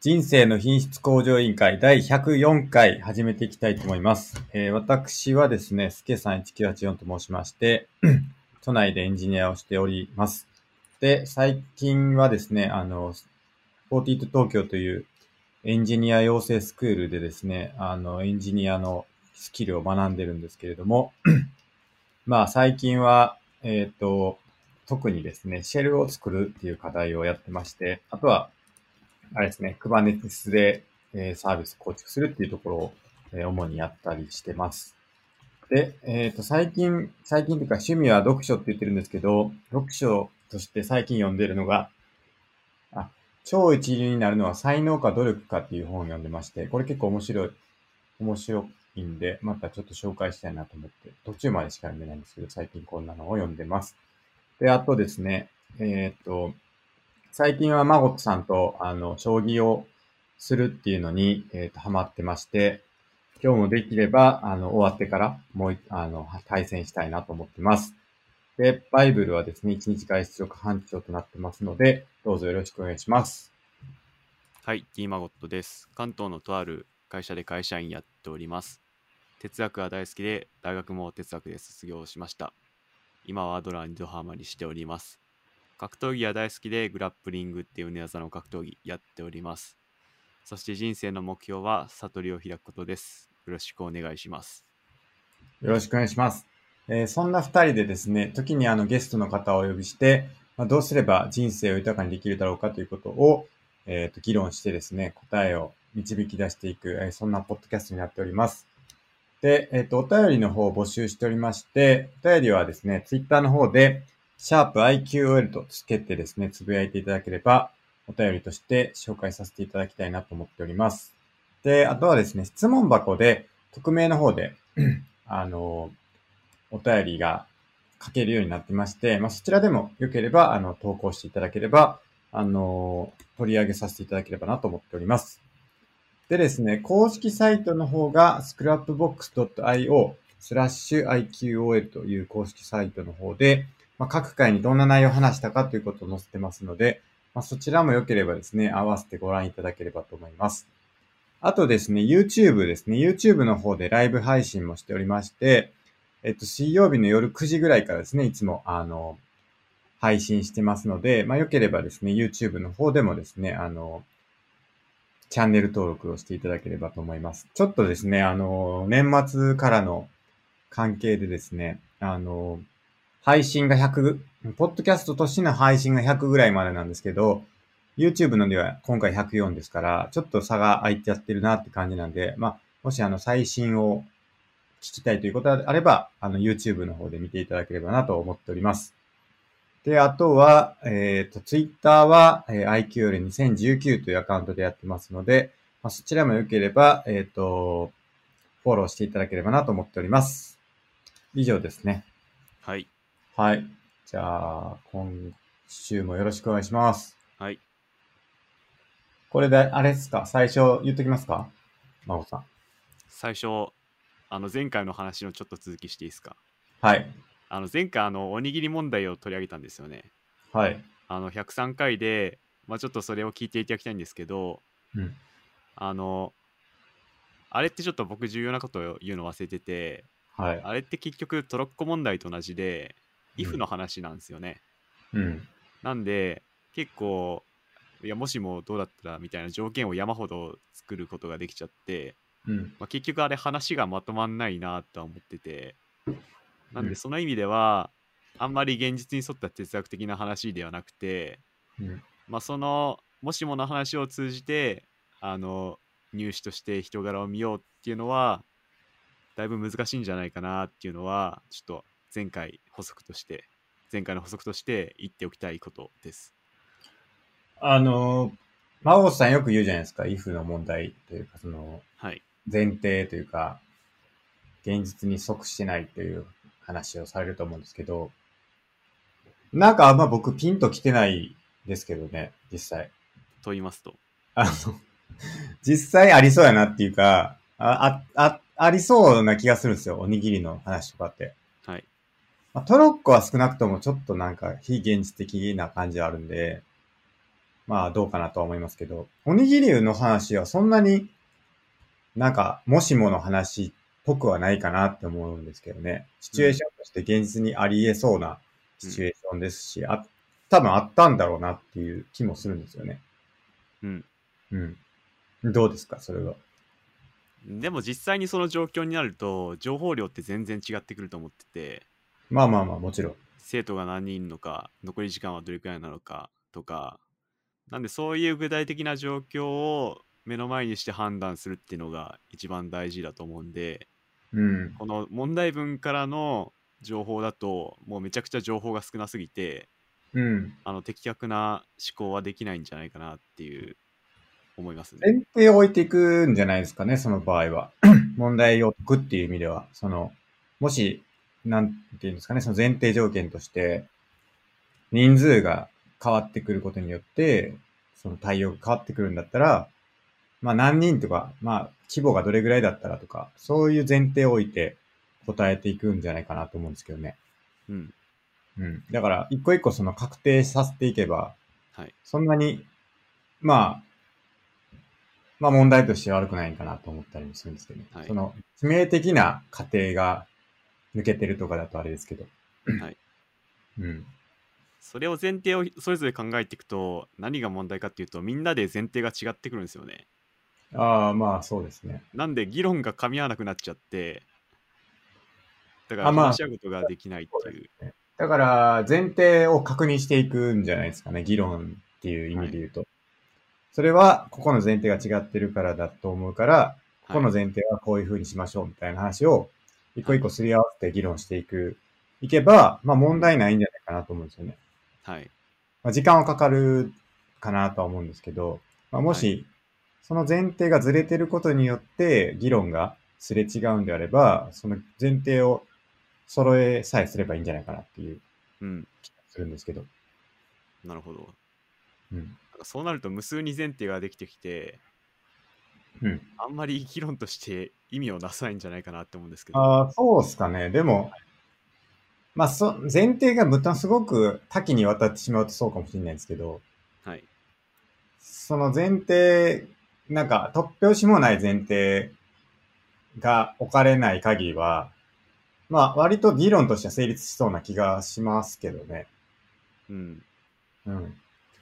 人生の品質向上委員会第104回始めていきたいと思います。私はですね、すけさん1984と申しまして、都内でエンジニアをしております。で、最近はですね、42東京というエンジニア養成スクールでですね、エンジニアのスキルを学んでるんですけれども、まあ最近は、特にですね、シェルを作るっていう課題をやってまして、あとは、あれですね、Kubernetes で、サービス構築するっていうところを、主にやったりしてます。で、最近というか趣味は読書って言ってるんですけど、読書として最近読んでるのが、超一流になるのは才能か努力かっていう本を読んでまして、これ結構面白いんで、またちょっと紹介したいなと思って、途中までしか読んでないんですけど、最近こんなのを読んでます。で、あとですね、最近はマゴットさんと、将棋をするっていうのに、ハマってまして、今日もできれば、終わってからもう対戦したいなと思ってます。で、バイブルはですね、1日外出力班長となってますので、どうぞよろしくお願いします。 はい、T マゴットです。関東のとある会社で会社員やっております。哲学が大好きで、大学も哲学で卒業しました。今はアドラーにドハマりしております。格闘技は大好きで、グラップリングっていう寝技の格闘技やっております。そして人生の目標は悟りを開くことです。よろしくお願いします。 よろしくお願いします。そんな二人でですね、時にゲストの方をお呼びして、どうすれば人生を豊かにできるだろうかということを、議論してですね、答えを導き出していく、そんなポッドキャストになっております。で、お便りの方を募集しておりまして、お便りはですね、ツイッターの方で、#IQOL とつけてですね、つぶやいていただければ、お便りとして紹介させていただきたいなと思っております。で、あとはですね、質問箱で、匿名の方で、お便りが書けるようになってまして、そちらでもよければ、投稿していただければ、取り上げさせていただければなと思っております。でですね、公式サイトの方が scrapbox.io/IQOL という公式サイトの方で、各回にどんな内容を話したかということを載せてますので、そちらもよければですね、合わせてご覧いただければと思います。あとですね、YouTube ですね、YouTube の方でライブ配信もしておりまして、水曜日の夜9時ぐらいからですね、いつも、配信してますので、よければですね、YouTube の方でもですね、チャンネル登録をしていただければと思います。ちょっとですね、年末からの関係でですね、配信が100、ポッドキャストとしての配信が100ぐらいまでなんですけど、YouTube のでは今回104ですから、ちょっと差が空いてやってるなって感じなんで、もし最新を聞きたいということであれば、YouTube の方で見ていただければなと思っております。で、あとは、Twitter は、IQ より2019というアカウントでやってますので、そちらも良ければ、フォローしていただければなと思っております。以上ですね。 はい。 はい。じゃあ、今週もよろしくお願いします。 はい。 これで、あれですか？最初言っときますか？真帆さん。 最初、前回の話のちょっと続きしていいですか？ はい。 前回おにぎり問題を取り上げたんですよね。 はい。 103回で、ちょっとそれを聞いていただきたいんですけど、 うん。 あれってちょっと僕重要なことを言うの忘れてて、 はい。 あれって結局トロッコ問題と同じで、 う if ん。 の話なんですよね。 うん。 なんで、結構、いや、もしもどうだったらみたいな条件を山ほど作ることができちゃって、 うん。 結局あれ話がまとまんないなとは思ってて、なんでうん。 その意味では、あんまり現実に沿った哲学的な話ではなくて、 うん。 そのもしもの話を通じて入試として人柄を見ようっていうのはだいぶ難しいんじゃないかなっていうのはちょっと前回の補足として言っておきたいことです。 あの、真帆さんよく言うじゃないですか。if の問題というか、 はい。 前提というか、現実に即してないという話をされると思うんですけど、なんかあんま僕ピンと来てないですけどね、実際。 と言いますと。 あの、実際ありそうやなっていうか、ありそうな気がするんですよ。おにぎりの話とかって。 はい。 トロッコは少なくともちょっとなんか非現実的な感じはあるんで、 まあどうかなとは思いますけど、おにぎりの話はそんなになんか、もしもの話っぽくはないかなって思うんですけどね。シチュエーションとして現実にあり得そうなうん。 シチュエーションですし、多分あったんだろうなっていう気もするんですよね。 うん。 うん。どうですか、それは。 でも実際にその状況になると情報量って全然違ってくると思ってて、 まあまあまあ、もちろん。 生徒が何人いるのか、残り時間はどれくらいなのかとか、なんでそういう具体的な状況を目の前にして判断するっていうのが一番大事だと思うんで、 うん。 この問題文からの情報だともうめちゃくちゃ情報が少なすぎて、 うん。 的確な思考はできないんじゃないかなっていう思いますね。 前提を置いていくんじゃないですかね、その場合は。問題を解くっていう意味では、もし、なんていうんですかね、その前提条件として、人数が変わってくることによって、その対応が変わってくるんだったら、まあ何人とか、まあ規模がどれぐらいだったらとか、そういう前提を置いて答えていくんじゃないかなと思うんですけどね。 うん。 うん。だから一個一個その確定させていけば、 はい。 そんなに、まあ、まあ問題として悪くないんかなと思ったりもするんですけどね。 はい。 その致命的な過程が抜けてるとかだとあれですけど。 はい。 うん。 それを前提をそれぞれ考えていくと、何が問題かっていうと、みんなで前提が違ってくるんですよね。 ああ、まあそうですね。 なんで議論が噛み合わなくなっちゃって、だからあ、まあ、 話し合うことができないっそうていう。 ですね。だから前提を確認していくんじゃないですかね。議論っていう意はい。 味で言うと。それは、ここの前提が違ってるからだと思うから、ここはい。 の前提はこういう風にしましょうみたいな話を、一個はい。 一個すり合わせて議論していけば、まあ問うん。 題ないんじゃないかなと思うんですよね。 はい。 まあ時間はかかるかなとは思うんですけど、まあもはい。 し、その前提がずれてることによって議論がすれ違うんであれば、その前提を揃えさえすればいいんじゃないかなっていううん。 気がするんですけど。 なるほど。 うん。 なんかそうなると無数に前提ができてきて、 うん。 あんまり議論として意味をなさないんじゃないかなって思うんですけど。 ああ、そうっすかね。でも、まあ、前提がすごく多岐にわたってしまうとそうかもしれないですけど、 はい。 その前提、なんか、突拍子もない前提が置かれない限りは、まあ、割と議論としては成立しそうな気がしますけどね。 うん。 うん。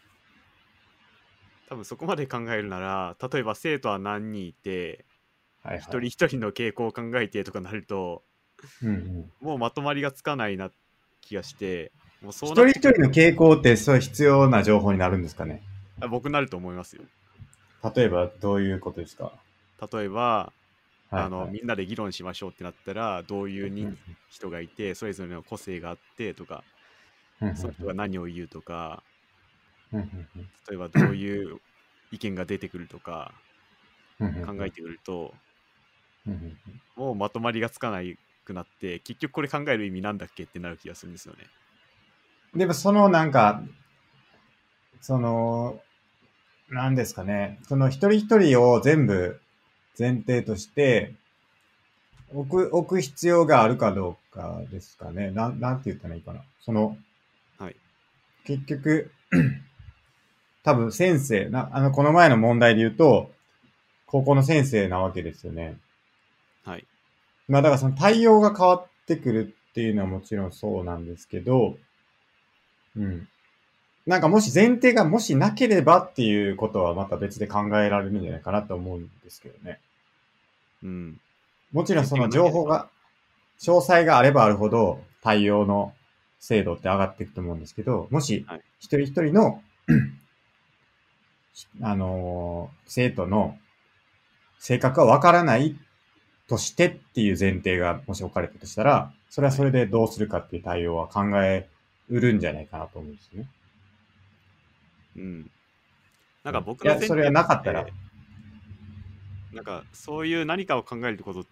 多分そこまで考えるなら、例えば生徒は何人いて、一人はいはい。 一人の傾向を考えてとかなると、 うんうん。 もうまとまりがつかないな気がして、もうそうな一人ってくると、 一人の傾向ってそう必要な情報になるんですかね。 僕なると思いますよ。 例えば、どういうことですか？ 例えば、 はいはい。 みんなで議論しましょうってなったら、どういう人がいて、それぞれの個性があってとか、 うんうんその人が何を言うとか、 うんうん例えばどういう意見が出てくるとかうんうんうん考えてくると、 うんうんうん。 もうまとまりがつかないくなって、結局これ考える意味なんだっけってなる気がするんですよね。 でも、そのなんか、その、なんですかね。その一人一人を全部前提として置く必要があるかどうかですかね。なんて言ったらいいかな。 はい。 結局、多分この前の問題で言うと、高校の先生なわけですよね。 はい。 まあだからその対応が変わってくるっていうのはもちろんそうなんですけど、うん。なんかもし前提がもしなければっていうことはまた別で考えられるんじゃないかなと思うんですけどね。 うん。 もちろんその前提がなければ。 詳細があればあるほど対応の精度って上がっていくと思うんですけど、もしはい。 一人一人の、生徒の性格がわからないとしてっていう前提がもし置かれたとしたら、それははい。 それでどうするかっていう対応は考えうるんじゃないかなと思うんですよね。 うん。なんうん。いか僕のや、それは前提となかったら、 して、なんかそういう何かを考えることって、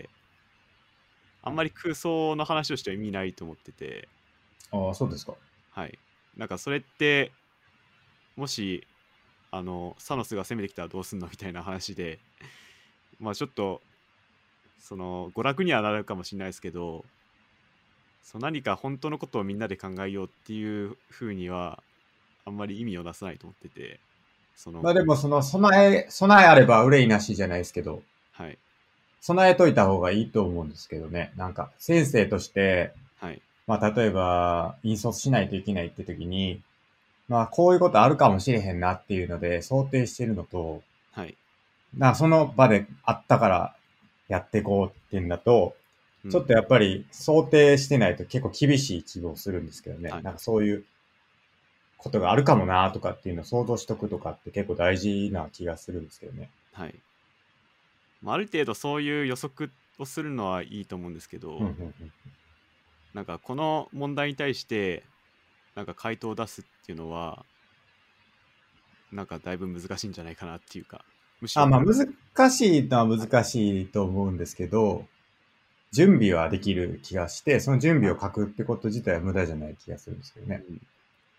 あんまり空想の話をしては意味ないと思ってて、 ああ、そうですか。 はい。なんかそれって、もし、サノスが攻めてきたらどうすんのみたいな話で、まあちょっと、娯楽にはなるかもしれないですけど、何か本当のことをみんなで考えようっていう風には、あんまり意味をなさないと思ってて、 まあでも備えあれば憂いなしじゃないですけど、 はい。 備えといた方がいいと思うんですけどね。なんか、先生として、 はい。 まあ例えば、引率しないといけないって時に、まあこういうことあるかもしれへんなっていうので想定してるのと、 はい。 その場であったからやっていこうっていうんだと、 うん。 ちょっとやっぱり想定してないと結構厳しい希望するんですけどね。 はい。 なんかそういうことがあるかもなとかっていうのを想像しとくとかって結構大事な気がするんですけどね。 はい。まあ、ある程度そういう予測をするのはいいと思うんですけど、 うんうんうん。 なんかこの問題に対してなんか回答を出すっていうのはなんかだいぶ難しいんじゃないかなっていうか、むしろまあ難しいのは難しいと思うんですけど、準備はできる気がして、その準備を書くってこと自体は無駄じゃない気がするんですけどね。 うん、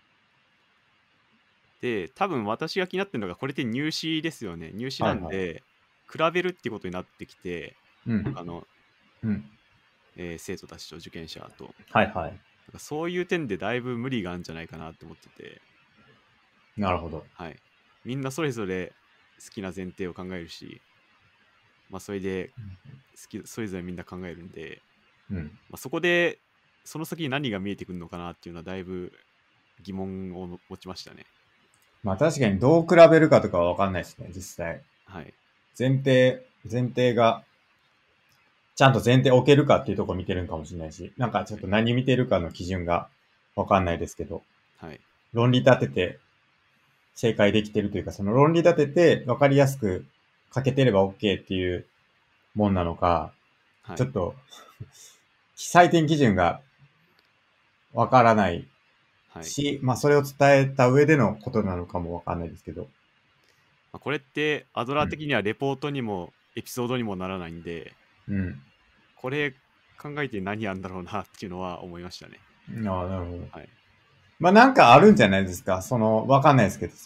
で多分私が気になってるのがこれって入試ですよね。入試はいはい。 なんで比べるっていうことになってきて、 うん。 他の、 うん。 生徒たちと受験者とはいはい。 なんかそういう点でだいぶ無理があるんじゃないかなって思ってて、 なるほど。 はい、みんなそれぞれ好きな前提を考えるし、まあ、それでそれぞれみんな考えるんで、 うん。 まあ、そこでその先に何が見えてくるのかなっていうのはだいぶ疑問を持ちましたね。 まあ確かにどう比べるかとかはわかんないですね、実際。 はい。 前提が、ちゃんと前提置けるかっていうところ見てるんかもしれないし、なんかちょっと何見てるかの基準がわかんないですけど、 はい。 論理立てて正解できてるというか、その論理立ててわかりやすく書けてれば OK っていうもんなのか、 はい。 ちょっと採点基準がわからないはい。 し、まあそれを伝えた上でのことなのかもわかんないですけど。 まあ、これってアドラーうん。 的にはレポートにもエピソードにもならないんで、 うん。 これ考えて何やんだろうなっていうのは思いましたね。 ああ、なるほど。 はい。 まあなんかあるんじゃないですか。わかんないですけど、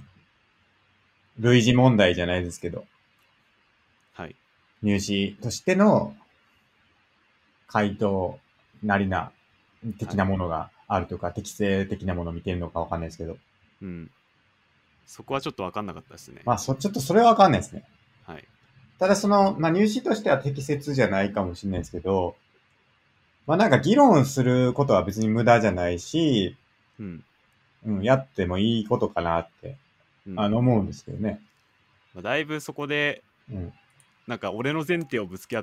類似問題じゃないですけど、 はい。 入試としての回答なりな、的はい。 なものがあるとか、適正的なものを見てるのかわかんないですけど。 うん。そこはちょっと分かんなかったですね。 まあちょっとそれはわかんないですね。 はい。 ただまあ入試としては適切じゃないかもしれないですけど、まあなんか議論することは別に無駄じゃないし、 うん。 うん、やってもいいことかなって、 うん。 思うんですけどね。 まあ、だいぶそこで、 うん。 なんか俺の前提をぶつけ合って、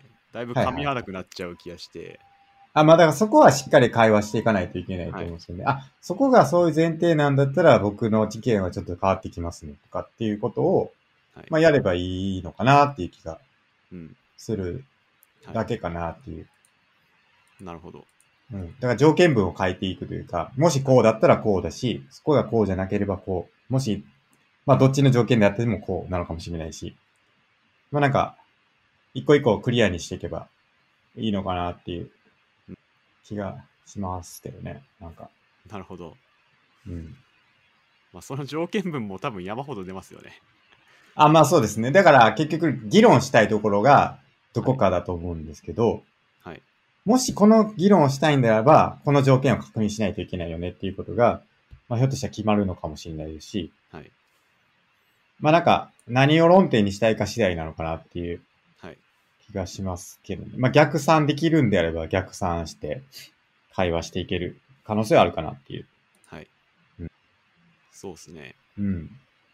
だいぶはいはい。 噛み合わなくなっちゃう気がして、 まあだからそこはしっかり会話していかないといけないとはい。 思うんですよね。そこがそういう前提なんだったら僕の意見はちょっと変わってきますねとかっていうことを、 はい。 まあやればいいのかなっていう気がうん。 するはい。 だけかなっていう。 なるほど。 うん。だから条件文を変えていくというか、もしはい。 こうだったらこうだし、そこがこうじゃなければこう。もし、まあどっちの条件であってもこうなのかもしれないし。まあなんか、一個一個クリアにしていけばいいのかなっていううん、 気がしますけどね。なんか。 なるほど。 うん。 まあ、その条件文も多分山ほど出ますよね。 まあそうですね。だから結局議論したいところがどはい。 こかだと思うんですけど、 はい。 もしこの議論をしたいんであれば、この条件を確認しないといけないよねっていうことが、まあひょっとしたら決まるのかもしれないですし、 はい。 まあなんか何を論点にしたいか次第なのかなっていうはい。 気がしますけどね。まあ逆算できるんであれば逆算して会話していける可能性はあるかなっていう。 はい。 うん。 そうですね。 うん。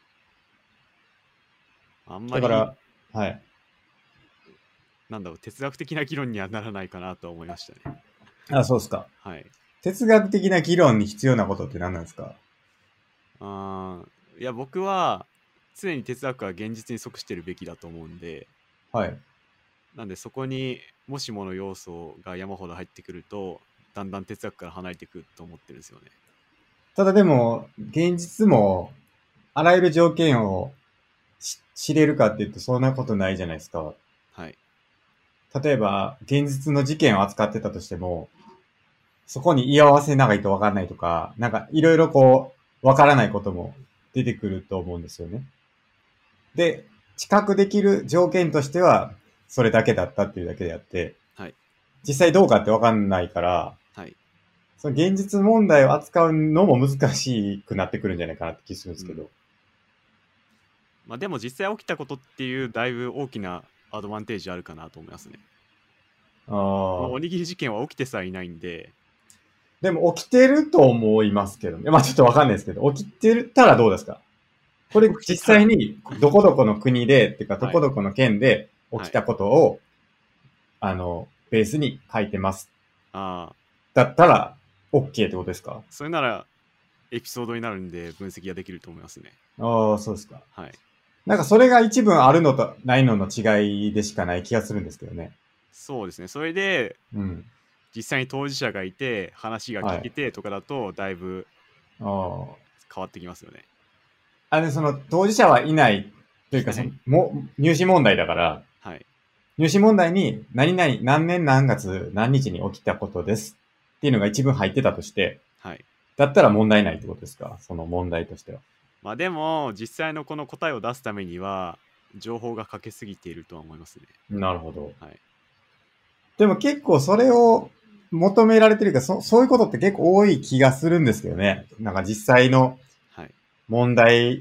あんまり、 だから、はい。 なんだろう、哲学的な議論にはならないかなと思いましたね。 そうですか。 はい。 哲学的な議論に必要なことって何なんですか？ いや、僕は常に哲学は現実に即してるべきだと思うんで、 はい。 なんでそこにもしもの要素が山ほど入ってくると、だんだん哲学から離れていくと思ってるんですよね。 ただでも、現実も、あらゆる条件を知れるかって言うとそんなことないじゃないですか。 はい。 例えば、現実の事件を扱ってたとしても、そこに居合わせないとわかんないとか、なんかいろいろこう、わからないことも出てくると思うんですよね。で、知覚できる条件としては、それだけだったっていうだけであって、 はい。 実際どうかってわかんないから、 はい。 その現実問題を扱うのも難しくなってくるんじゃないかなって気するんでうん。 すけど。 まあでも実際起きたことっていうだいぶ大きなアドバンテージあるかなと思いますね。このああ。 おにぎり事件は起きてさえいないんで、 でも起きてると思いますけどね。まあちょっとわかんないですけど、起きてたらどうですか？これ実起きてたら、 際にどこどこの国で、っていうかどはい、 こどこの県で起はい。 きたことを、ベースに書いてます。 ああ、 だったら、OK ってことですか？ それならエピソードになるんで分析ができると思いますね。 ああ、そうですか。 はい。 なんかそれが一文あるのとないのの違いでしかない気がするんですけどね。 そうですね。それで、 うん。 実際に当事者がいて、話が聞けはい。 てとかだと、だいぶああ。 変わってきますよね。 その当事者はいないというか、 はい。 入試問題だから、 はい。 入試問題に何々何年何月何日に起きたことですっていうのが一文入ってたとして、 はい。 だったら問題ないってことですか？その問題としては。 まあでも、実際のこの答えを出すためには、情報が欠けすぎているとは思いますね。 なるほど。 はい。 でも結構それを求められてるか、そういうことって結構多い気がするんですけどね。なんか実際のはい。 問題って、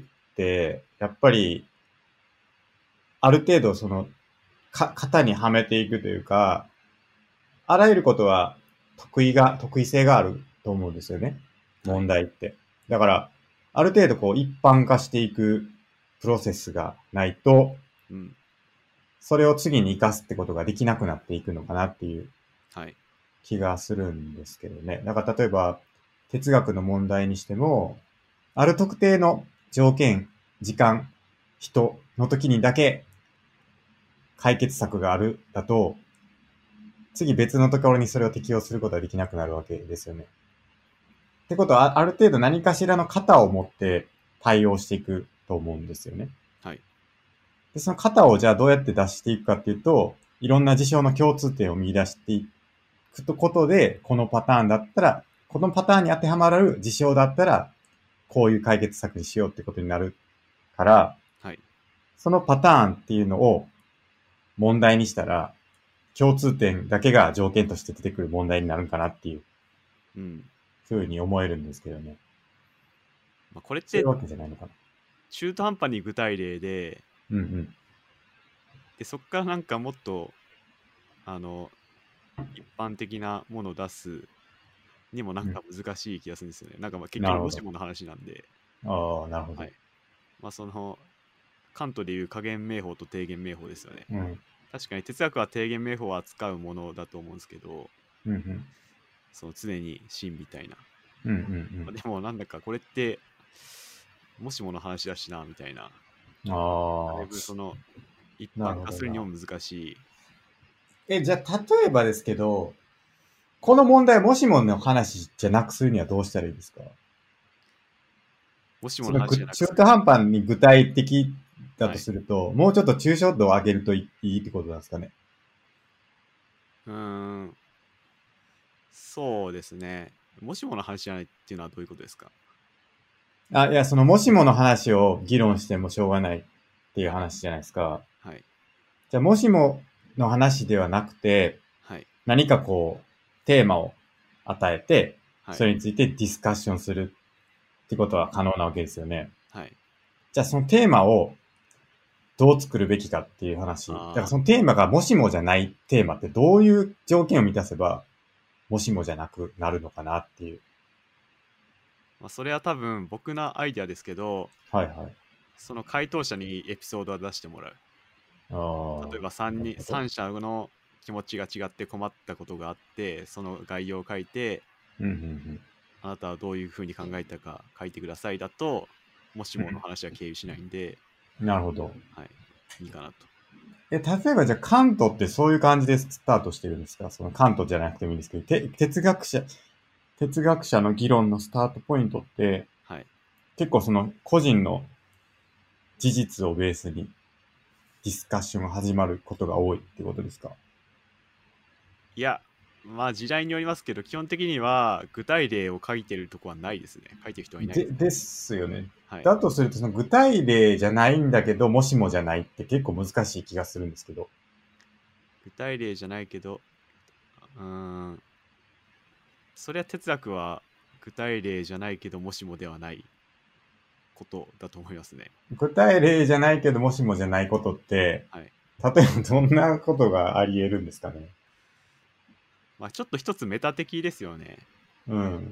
やっぱり、ある程度型にはめていくというか、あらゆることは得意性があると思うんですよね。 はい。 問題って。だから、ある程度こう一般化していくプロセスがないと、 うん。 それを次に活かすってことができなくなっていくのかなっていうはい。 気がするんですけどね。だから例えば、哲学の問題にしても、ある特定の条件、時間、人の時にだけ解決策があるだと、次別のところにそれを適用することはできなくなるわけですよね。ってことは、ある程度何かしらの型を持って対応していくと思うんですよね。 はい。 で、その型をじゃあどうやって出していくかっていうと、いろんな事象の共通点を見出していくことで、このパターンだったら、このパターンに当てはまる事象だったら、こういう解決策にしようってことになるから、 はい。 そのパターンっていうのを問題にしたら、共通点だけが条件として出てくる問題になるんかなっていううん。 ふうに思えるんですけどね。 まあ、これってそういうわけじゃないのかな。 中途半端に具体例で、 うんうん。 で、そこからなんかもっと、一般的なものを出すにもなんうん。 か難しい気がするんですよね。なんかまあ結なるほど。 局もしもの話なんで、 ああ、なるほど。 はい。まあその、カントでいう加減名法と定言名法ですよね。 うん。 確かに哲学は定言名法を扱うものだと思うんですけど、 うんうん。 その常に真みたいな。 うんうんまあでもなんだかこれって、もしもの話だしな、みたいな。 うん。 だいああ、 ぶその、一なる般化ほどな。 するにも難しい。 じゃあ、例えばですけど、この問題もしもの話じゃなくするにはどうしたらいいですか？ もしもの話じゃなくする。 中途半端に具体的だとはい。 すると、もうちょっと抽象度を上げるといいってことなんですかね。 うーん、そうですね。もしもの話じゃないっていうのはどういうことですか？ あ、いや、そのもしもの話を議論してもしょうがないっていう話じゃないですか。 はい。 じゃあ、もしもの話ではなくて、 はい。 何かこう、テーマを与えて、 はい。 それについてディスカッションするってことは可能なわけですよね。 はい。 じゃあ、そのテーマをどう作るべきかっていう話。だからああ、 そのテーマがもしもじゃないテーマってどういう条件を満たせば、もしもじゃなくなるのかなっていう。 まあ、それは多分僕のアイデアですけど、 はいはい。 その回答者にエピソードを出してもらう。 ああ、 例えばなるほど。 3者の気持ちが違って困ったことがあって、その概要を書いて、 うんうんあなたはどういうふうに考えたか書いてくださいだと、もしうん。 もの話は経由しないんで、 なるほど。 はい、いいかなと。 例えばじゃあカントってそういう感じでスタートしてるんですか？そのカントじゃなくてもいいんですけど、哲学者の議論のスタートポイントって、 はい。 結構その個人の事実をベースにディスカッションが始まることが多いってことですか？ いや、まあ時代によりますけど、基本的には具体例を書いてるとこはないですね。書いてる人はいないです。 ですよね。 はい。 だとすると、その具体例じゃないんだけど、もしもじゃないって結構難しい気がするんですけど。 具体例じゃないけど、うーん、それは哲学は具体例じゃないけど、もしもではない。 ことだと思いますね。 具体例じゃないけど、もしもじゃないことって、 はい。 例えばどんなことがあり得るんですかね。 まあちょっと一つメタ的ですよね。 うん。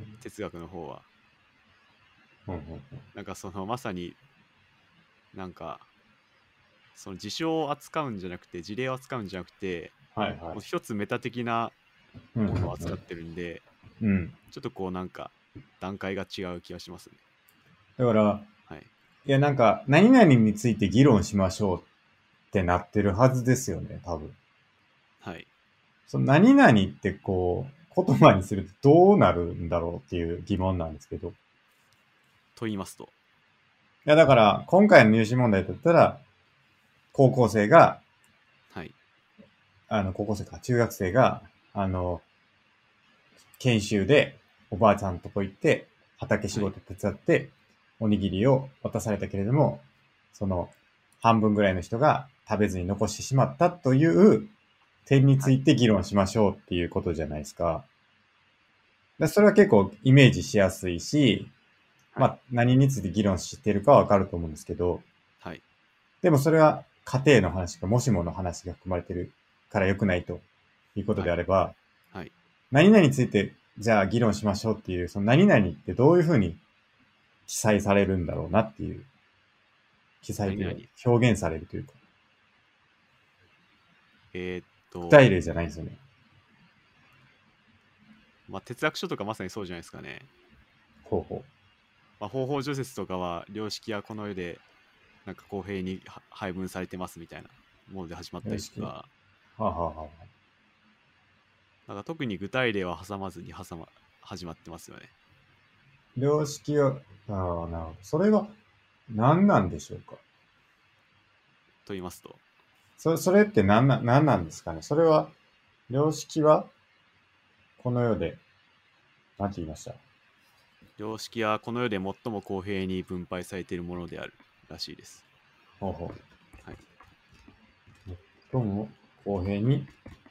哲学の方は。 うんうんなんかそのまさになんかその事象を扱うんじゃなくて事例を扱うんじゃなくてはいはい。 もう一つメタ的なうんものを扱ってるんで、 うん。うん。 ちょっとこうなんか段階が違う気がしますね。 だから、 はい。 いやなんか、何々について議論しましょうってなってるはずですよね、多分。 はい。 その何々ってこう、言葉にするとどうなるんだろうっていう疑問なんですけど。いと言いますと。 やだから、今回の入試問題だったら、高校生が、 はい。 高校生か、中学生が、あの、研修でおばあちゃんのとこ行って、畑仕はい。 事手伝って、おにぎりを渡されたけれども、その、半分ぐらいの人が食べずに残してしまったという点につはい。 いて議論しましょうっていうことじゃないですか。それは結構イメージしやすいし、 はい。 まあ、何について議論してるかはわかると思うんですけど、 はい。 でもそれは家庭の話かもしもの話が含まれてるから良くないということはい。 であれば、 はい。 何々についてじゃあ議論しましょうっていう、その何々ってどういうふうに記載されるんだろうなっていう、記載というか何々。 表現されるというか、 えーっと、 具体例じゃないんですよね。 まあ哲学書とかまさにそうじゃないですかね。 ほうほまあ、方法除説とかは良識はこの世でなんか公平に配分されてますみたいなもので始まっう。 たよしき。はりとか、 あ、はあはあ、 なんか特に具体例は挟まずに始まってますよね。 良識は、ああ、なるほど。それは何なんでしょうか。 と言いますと、 それって何なんですかね。それは、良識はこの世で、なんて言いました。 良識はこの世で最も公平に分配されているものであるらしいです。 ほうほう。 はい。 どうも公平に。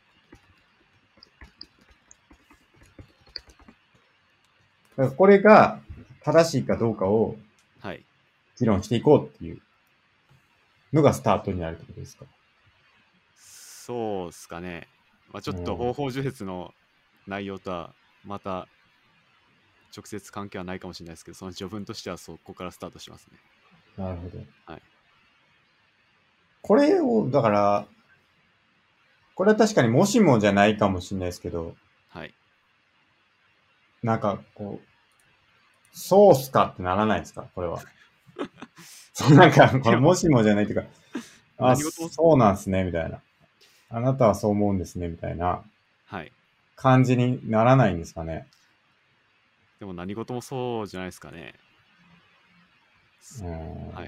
だからこれが正しいかどうかをはい。 議論していこうっていうのがスタートになるってことですか。 そうっすかね。まあ、ちょっとうん。 方法除説の内容とはまた直接関係はないかもしれないですけど、その序文としてはそこからスタートしますね。 なるほど。 はい。 これを、だから、これは確かにもしもじゃないかもしれないですけど、 はい。 なんかこう、そうっすかってならないですかこれは。そうなんか、こいや、 れもしもじゃないというか、あ、 何事も、 そうなんすね、みたいな。あなたはそう思うんですね、みたいなはい。 感じにならないんですかね。 でも何事もそうじゃないですかね。 うん。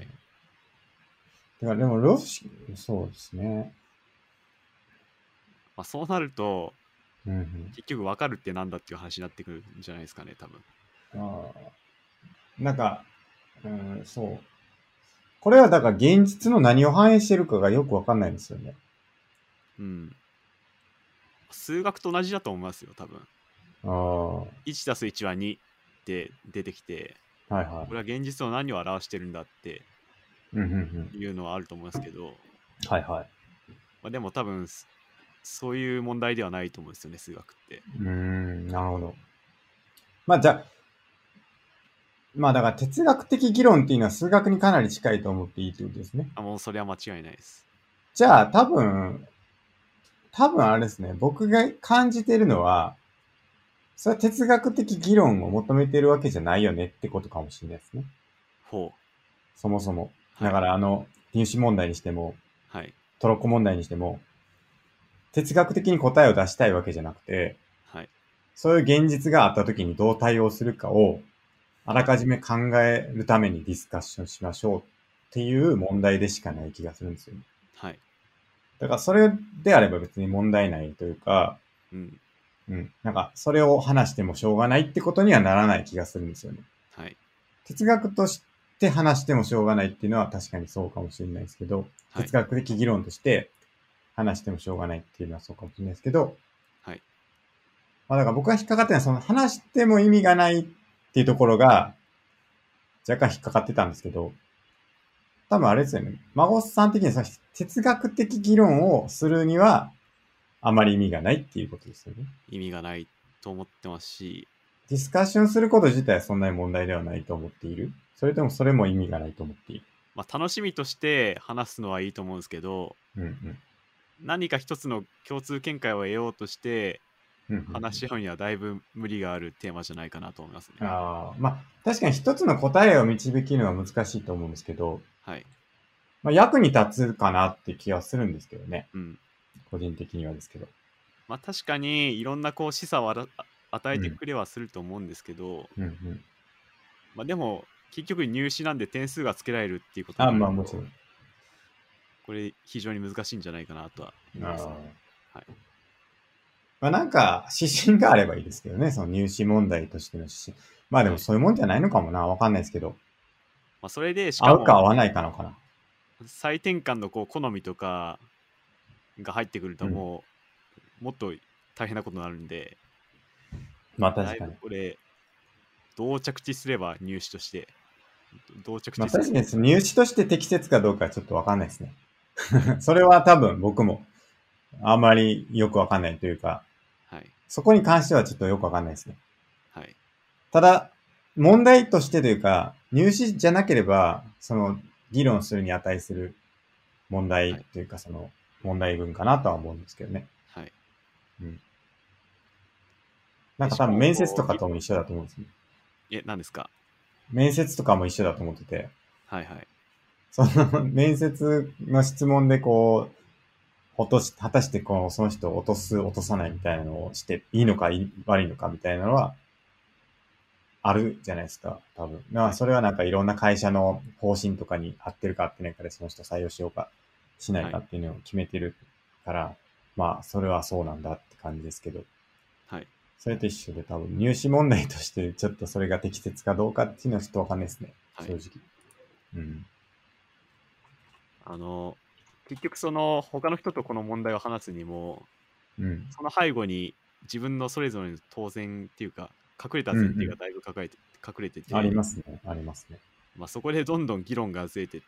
はい。 だからでも、ロシ、そうですね。 まあ、そうなると、 うんうん。 結局分かるってなんだっていう話になってくるんじゃないですかね、多分。 ああ、なんか、うん、そう。これはだから現実の何を反映してるかがよくわかんないんですよね。 うん。数学と同じだと思いますよ、多分。 ああ、は 1たす1は2って出てきて、 いはこれは現実の何を表してるんだってい。うんうんうん。 いうのはあると思いますけど、 はいはい。 まあ、でも多分、そういう問題ではないと思うんですよね、数学って。 なるほど。まあじゃあ、まあだから哲学的議論っていうのは数学にかなり近いと思っていいということですね。 あ、もうそれは間違いないです。 じゃあ多分あれですね。僕が感じてるのは、それは哲学的議論を求めてるわけじゃないよねってことかもしれないですね。 ほう。 そもそも。だかはい。 ら入試問題にしても、 はい。 トロッコ問題にしても、哲学的に答えを出したいわけじゃなくて、 はい。 そういう現実があった時にどう対応するかを、あらはい。 かじめ考えるためにディスカッションしましょうっていう問題でしかない気がするんですよね。 はい。 だからそれであれば別に問題ないというか、 うん。 うん。なんか、それを話してもしょうがないってことにはならない気がするんですよね。 はい。 哲学として話してもしょうがないっていうのは確かにそうかもしれないですけど、 はい。 哲学的議論として話してもしょうがないっていうのはそうかもしれないですけど、 はい。 まあだから僕が引っかかってるのはその話しても意味がないっていうところが、 若干引っかかってたんですけど、多分あれですよね。孫さん的にその哲学的議論をするには、あまり意味がないっていうことですよね。 意味がないと思ってますし、 ディスカッションすること自体はそんなに問題ではないと思っている。それともそれも意味がないと思っている。 まあ、楽しみとして話すのはいいと思うんですけど、 うんうん。 何か一つの共通見解を得ようとしてうんうんうん話し合うにはだいぶ無理があるテーマじゃないかなと思いますね。 ああ、まあ、確かに一つの答えを導きるのは難しいと思うんですけど、 はい。 まあ、役に立つかなって気はするんですけどね。 うん。 個人的にはですけど。 まあ確かにいろんなこう示唆を与えてうん。 くれはすると思うんですけど、 うんうん。 まあでも結局入試なんで点数がつけられるっていうことにあ、 なるまあもちろと、 ん。 これ非常に難しいんじゃないかなとは思いますね。 ああ。 はい。 まあなんか、指針があればいいですけどね。その入試問題としての指針。まあではい。 もそういうもんじゃないのかもな。わかんないですけど。 まあそれでしかも合うか合わないかのかな。 採点官のこう好みとかが入ってくるとうん。 もっと大変なことになるんで、だいまあ確かに。 ぶこれどう着地すれば入試としてどう着まあ地するか。 確かに入試として適切かどうかはちょっとわかんないですね。 はい。 それは多分僕もあまりよくわかんないというか、 はい。 そこに関してはちょっとよくわかんないですね。 はい。 ただ、問題としてというか、入試じゃなければ、その議論するに値する問題はい。 というか、その問題文かなとは思うんですけどね。 はい。 うん。なんでしかか多分もこう面接とかとも一緒だと思うんですね。 何ですか？ 面接とかも一緒だと思ってて、 はいはい。 その面接の質問でこう、果たしてこう、その人を落とさないみたいなのをしていいのか悪いのかみたいなのはあるじゃないですか、多分。まあ、 はい。 それはなんかいろんな会社の方針とかに合ってるか合ってないかでその人採用しようかしないはい。 かっていうのを決めてるから、まあ、それはそうなんだって感じですけど、 はい。 それと一緒で多分入試問題としてちょっとそれが適切かどうかっていうのはちょっとわかんないですね、 はい。 正直。うん。 あの、結局その他の人とこの問題を話すにも、 うん。 その背後に自分のそれぞれの当然っていうか、隠れたうんう前提がん。 だいぶ隠れてありて、 ますね。ありますね。 まあ、そこでどんどん議論がずれてって、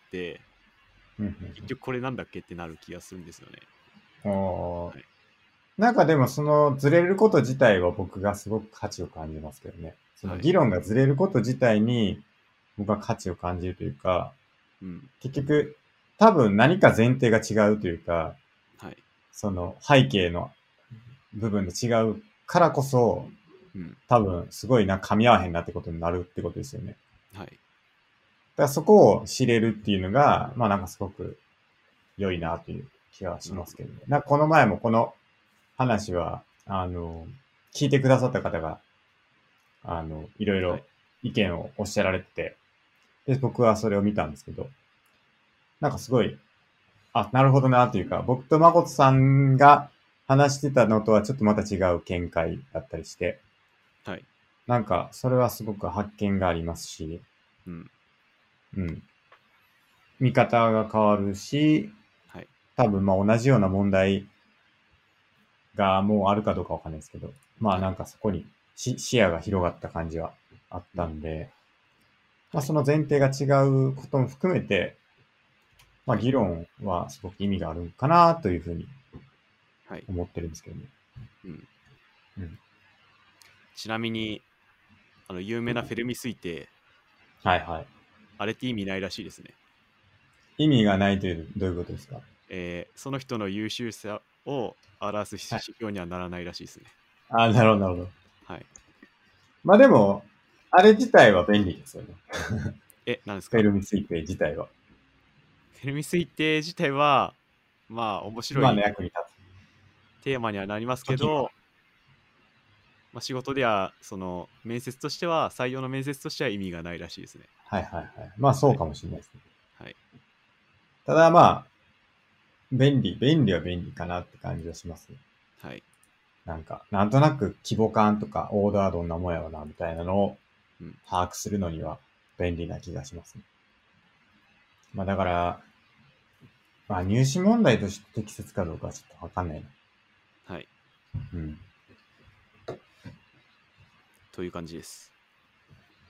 うんうん結局これなんだっけってなる気がするんですよね。 うん。おー、 はい。 なんかでもそのずれること自体は僕がすごく価値を感じますけどね。そのはい。 議論がずれること自体に僕は価値を感じるというか、 うん。 結局多分何か前提が違うというか、 はい。 その背景の部分で違うからこそ、 うん。 多分すごい噛み合わへんなってことになるってことですよね。 はい。 だからそこを知れるっていうのが、まあなんかすごく良いなという気がしなるほど。 ますけどね。この前もこの話は、聞いてくださった方が、いろいろはい。 意見をおっしゃられてて、で、僕はそれを見たんですけど、なんかすごい、あ、なるほどなというか、僕と誠さんが話してたのとはちょっとまた違う見解だったりして、 はい。 なんかそれはすごく発見がありますし、 うん。 うん。見方が変わるし、 はい。 多分まあ同じような問題がもうあるかどうかわかんないですけど、まあはい。 なんかそこに視野が広がった感じはあっうん。 たんで、まあはい。 その前提が違うことも含めて、まあはい。 議論はすごく意味があるかなというふうにはい。 思ってるんですけどね。 うん。 うん。 ちなみに、有名なフェルミ推定、 はいはい。 あれって意味ないらしいですね。 意味がないという、どういうことですか？ その人の優秀さを表す指はい。 標にはならないらしいですね。 あ、なるほど、なるほど。 はい。 まあでも、あれ自体は便利ですよね。 何ですか？ フェルミ推定自体は。 フェルミ推定自体は、まあ、面白今のい役に立テーマにはなりますつ時には。 けど、まあ、仕事では、その、面接としては、採用の面接としては意味がないらしいですね。 はいはいはい。まあそはい。 うかもしれないですね。 はい。 ただまあ、便利は便利かなって感じはしますね。 はい。 なんか、なんとなく規模感とかオーダーどんなもんやろな、みたいなのをうん。 把握するのには便利な気がしますね。まあだから、まあ入試問題として適切かどうかはちょっとわかんないな。 はい。 うん。 という感じです。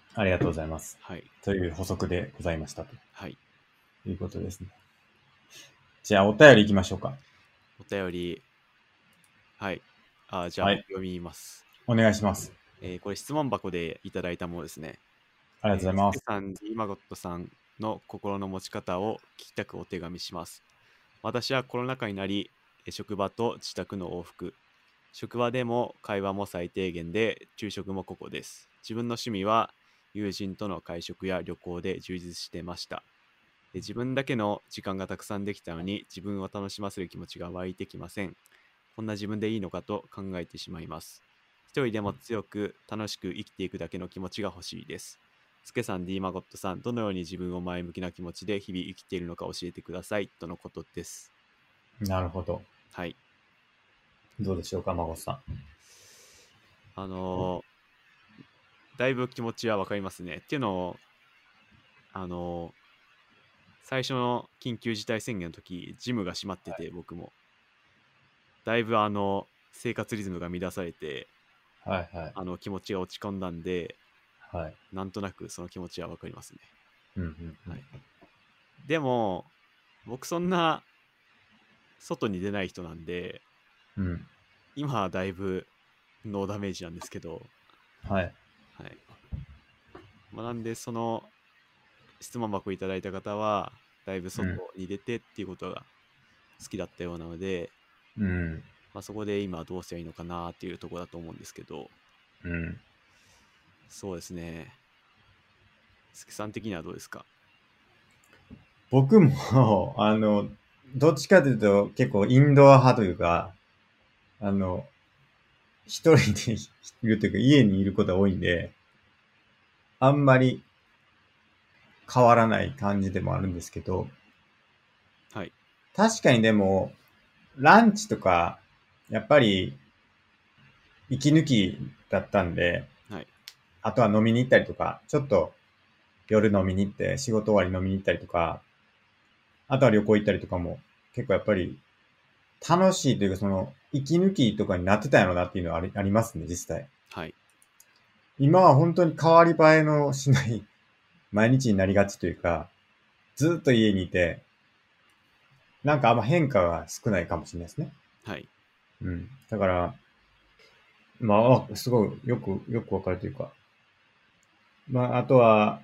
ありがとうございます。 はい。 という補足でございましたとはい。 いうことですね。じゃあ、お便り行きましょうか。 お便り、はい。じゃあはい。 僕読みます。 お願いします。 これ質問箱でいただいたものですね。 ありがとうございます。 スケさん、ディーマゴットさんの心の持ち方を聞きたくお手紙します。私はコロナ禍になり、職場と自宅の往復。職場でも会話も最低限で、昼食もここです。自分の趣味は友人との会食や旅行で充実してました。自分だけの時間がたくさんできたのに、自分を楽しませる気持ちが湧いてきません。こんな自分でいいのかと考えてしまいます。一人でも強く楽しく生きていくだけの気持ちが欲しいです。スケさん、ディーマゴットさん、どのように自分を前向きな気持ちで日々生きているのか教えてください。とのことです。 なるほど。 はい。 どうでしょうか、孫さん。 あのーだいぶ気持ちはわかりますね。っていうのを、あのー最初の緊急事態宣言の時、ジムが閉まってて、僕も。だいぶ生活リズムが乱されて、 はいはい。 気持ちが落ち込んだんで、 はい。 なんとなくその気持ちはわかりますね。 うんうんうん。 はい。でも、僕そんな外に出ない人なんで、 うん。 今はだいぶノーダメージなんですけど、 はい。 はい。なんで、その質問箱いただいた方は、だいぶ外うん。 に出てっていうことが好きだったようなので、 うん。 そこで今どうしたらいいのかなっていうところだと思うんですけど、 うん。 そうですね。すきさん的にはどうですか？ 僕も、どっちかというと結構インドア派というか、あの、一人でいるというか家にいることが多いんで、あんまり変わらない感じでもあるんですけど、 はい。 確かにでも、ランチとか、やっぱり息抜きだったんで、 はい。 あとは飲みに行ったりとか、ちょっと夜飲みに行って仕事終わり飲みに行ったりとか、あとは旅行行ったりとかも結構やっぱり楽しいというかその息抜きとかになってたんやろなっていうのはありますね、実際。 はい。 今は本当に変わり映えのしない毎日になりがちというか、ずっと家にいて、なんかあんま変化が少ないかもしれないですね。 はい。 うん。だから、まあ、すごいよくわかるというか。あとは、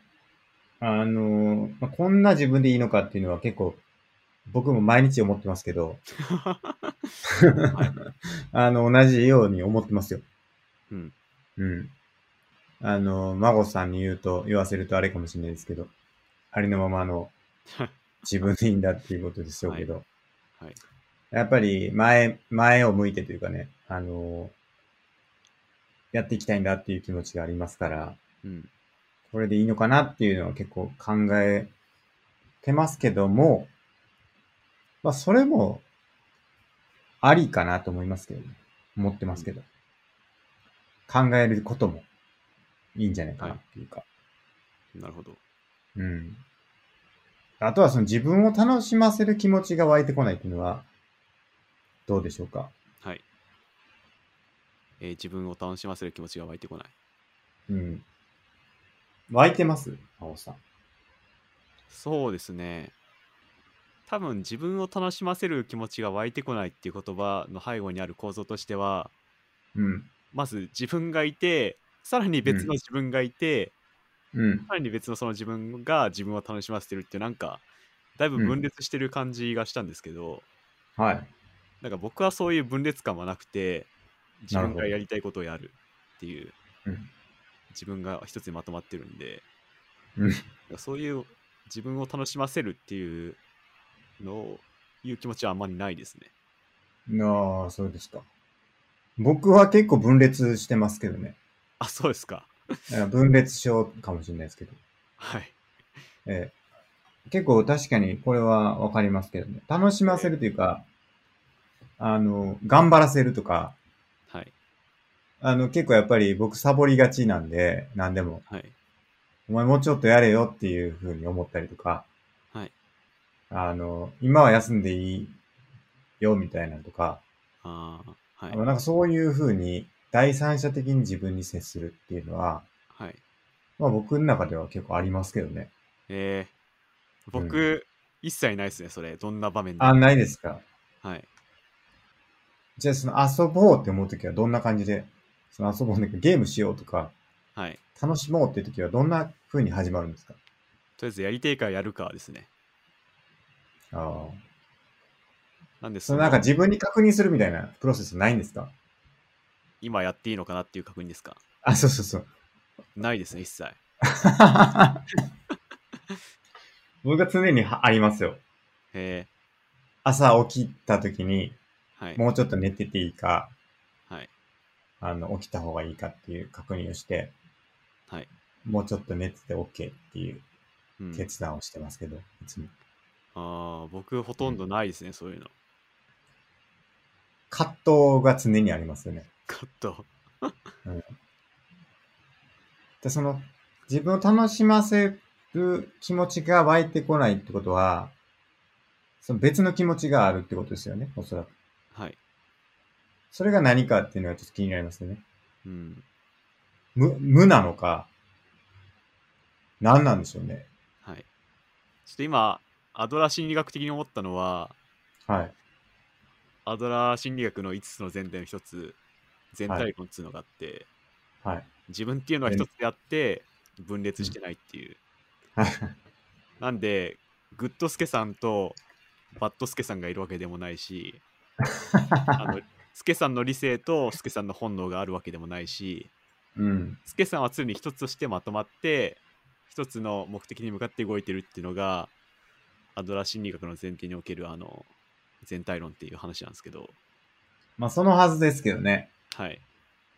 こんな自分でいいのかっていうのは結構僕も毎日思ってますけど、 はい。 同じように思ってますよ。 うん。 うん。孫さんに言わせるとあれかもしれないですけど、ありのままの自分でいいんだっていうことでしょうはい。 けど、 はい。 やっぱり前を向いてというかね、やっていきたいんだっていう気持ちがありますから、 うん。 これでいいのかなっていうのは結構考えてますけども、それもありかなと思いますけどね。思ってまうん。 すけど。考えることもいいんじゃないかはい。 なっていうか。 なるほど。 うん。あとはその自分を楽しませる気持ちが湧いてこないっていうのはどうでしょうか。 はい。自分を楽しませる気持ちが湧いてこない。 うん。湧いてます青さん。 そうですね。多分自分を楽しませる気持ちが湧いてこないっていう言葉の背後にある構造としては、 うん。 まず自分がいて、さらにうん。 別の自分がいて、 うん。 さらに別のその自分が自分を楽しませてるっていうなんか、だいぶうん。 分裂してる感じがしたんですけど、 はい。 なんか僕はそういう分裂感はなくて、自分なるほど。 がやりたいことをやるっていう、 うん。 自分が一つにまとまってるんで、 うん。 そういう自分を楽しませるっていうのをいう気持ちはあんまりないですね。 ああ、そうですか。僕は結構分裂してますけどね。 あ、そうですか。 分裂症かもしれないですけど。 はい。 え結構確かにこれはわかりますけどね。楽しませえるというか、頑張らせるとか、 はい。 結構やっぱり僕サボりがちなんで、何でも。 はい。 お前もうちょっとやれよっていうふうに思ったりとか、 はい。 今は休んでいいよみたいなのとか、 ああ、はい。 なんかそういうふうに第三者的に自分に接するっていうのは、 はい。 まあ僕の中では結構ありますけどね。 えうん。 僕、一切ないですね、それ。どんな場面であ、 も。 ないですか。 はい。 じゃあその遊ぼうって思うときはどんな感じで、その遊ぼうね、ゲームしようとか、 はい。 楽しもうっていうときはどんな風に始まるんですか？ とりあえずやりてえかやるかですね。 ああ。 なんでそのなんか自分に確認するみたいなプロセスないんですか？ 今やっていいのかなっていう確認ですか？ あ、そうそうそう。 ないですね、一切。 僕は常にありますよ。 へえ。 朝起きた時に、 はい。 もうちょっと寝てていいか、 はい。 起きた方がいいかっていう確認をして、 はい。 もうちょっと寝てて OK っていううん。 決断をしてますけど、いつも。 ああ、僕ほとんうん。 どないですね、そういうの。 葛藤が常にありますよね。 カット。 うん。で、その、自分を楽しませる気持ちが湧いてこないってことは、その別の気持ちがあるってことですよね、おそらく。 はい。 それが何かっていうのはちょっと気になりますよね。 うん。 無なのか、何なんでしょうね。 はい。ちょっと今、アドラー心理学的に思ったのは、 はい。 アドラー心理学の5つの前提の一つ、全はい。 体論っていうのがあって、 はい。 自分っていうのはで、 一つであって、分裂うん。 してないっていう。 はい。 なんで、グッドスケさんとバッドスケさんがいるわけでもないし、スケさんの理性とスケさんの本能があるわけでもないし、 うん。 スケさんは常に一つとしてまとまって、一つの目的に向かって動いてるっていうのが、アドラー心理学の前提における全体論っていう話なんですけど、 まあ、そのはずですけどね。 はい。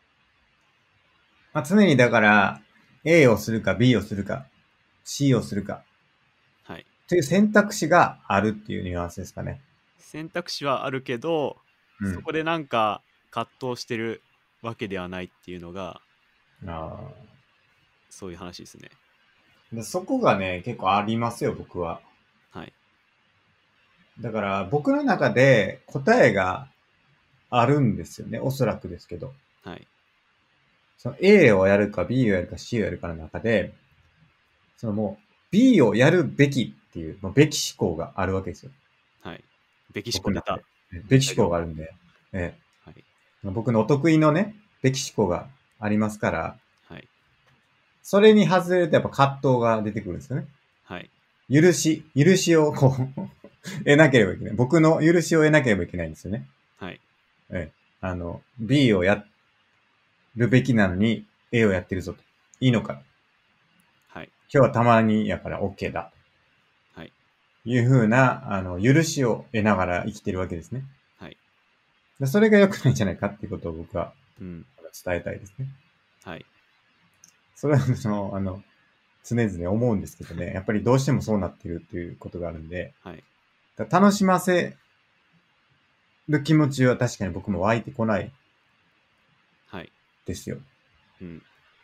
まあ、常にだから、A をするか B をするか C をするかはい。 という選択肢があるっていうニュアンスですかね。 選択肢はあるけど、 うん。 そこでなんか葛藤してるわけではないっていうのが、 あそういう話ですね。 あ。でそこがね、結構ありますよ、僕は。 はい。 だから、僕の中で答えがあるんですよね。おそらくですけど。 はい。 その A をやるか B をやるか C をやるかの中で、そのもう B をやるべきっていう、もうべき思考があるわけですよ。 はい。べきしこ出た。 僕の中で。べき材料。 思考があるんで、えはい。 僕のお得意のね、べき思考がありますから、 はい。 それに外れるとやっぱ葛藤が出てくるんですよね。 はい。 許しをこう得なければいけない。僕の許しを得なければいけないんですよね。 はい。 ええ。B をやるべきなのに A をやってるぞと。いいのか。 はい。 今日はたまにやから OK だ。 はい。 というふうな、許しを得ながら生きてるわけですね。 はい。 でそれが良くないんじゃないかっていうことを僕はうん。 伝えたいですね。 はい。 それは常々思うんですけどね。やっぱりどうしてもそうなってるっていうことがあるんで、 はい。 楽しませる気持ちは確かに僕も湧いてこないはい。 ですよ。 うん。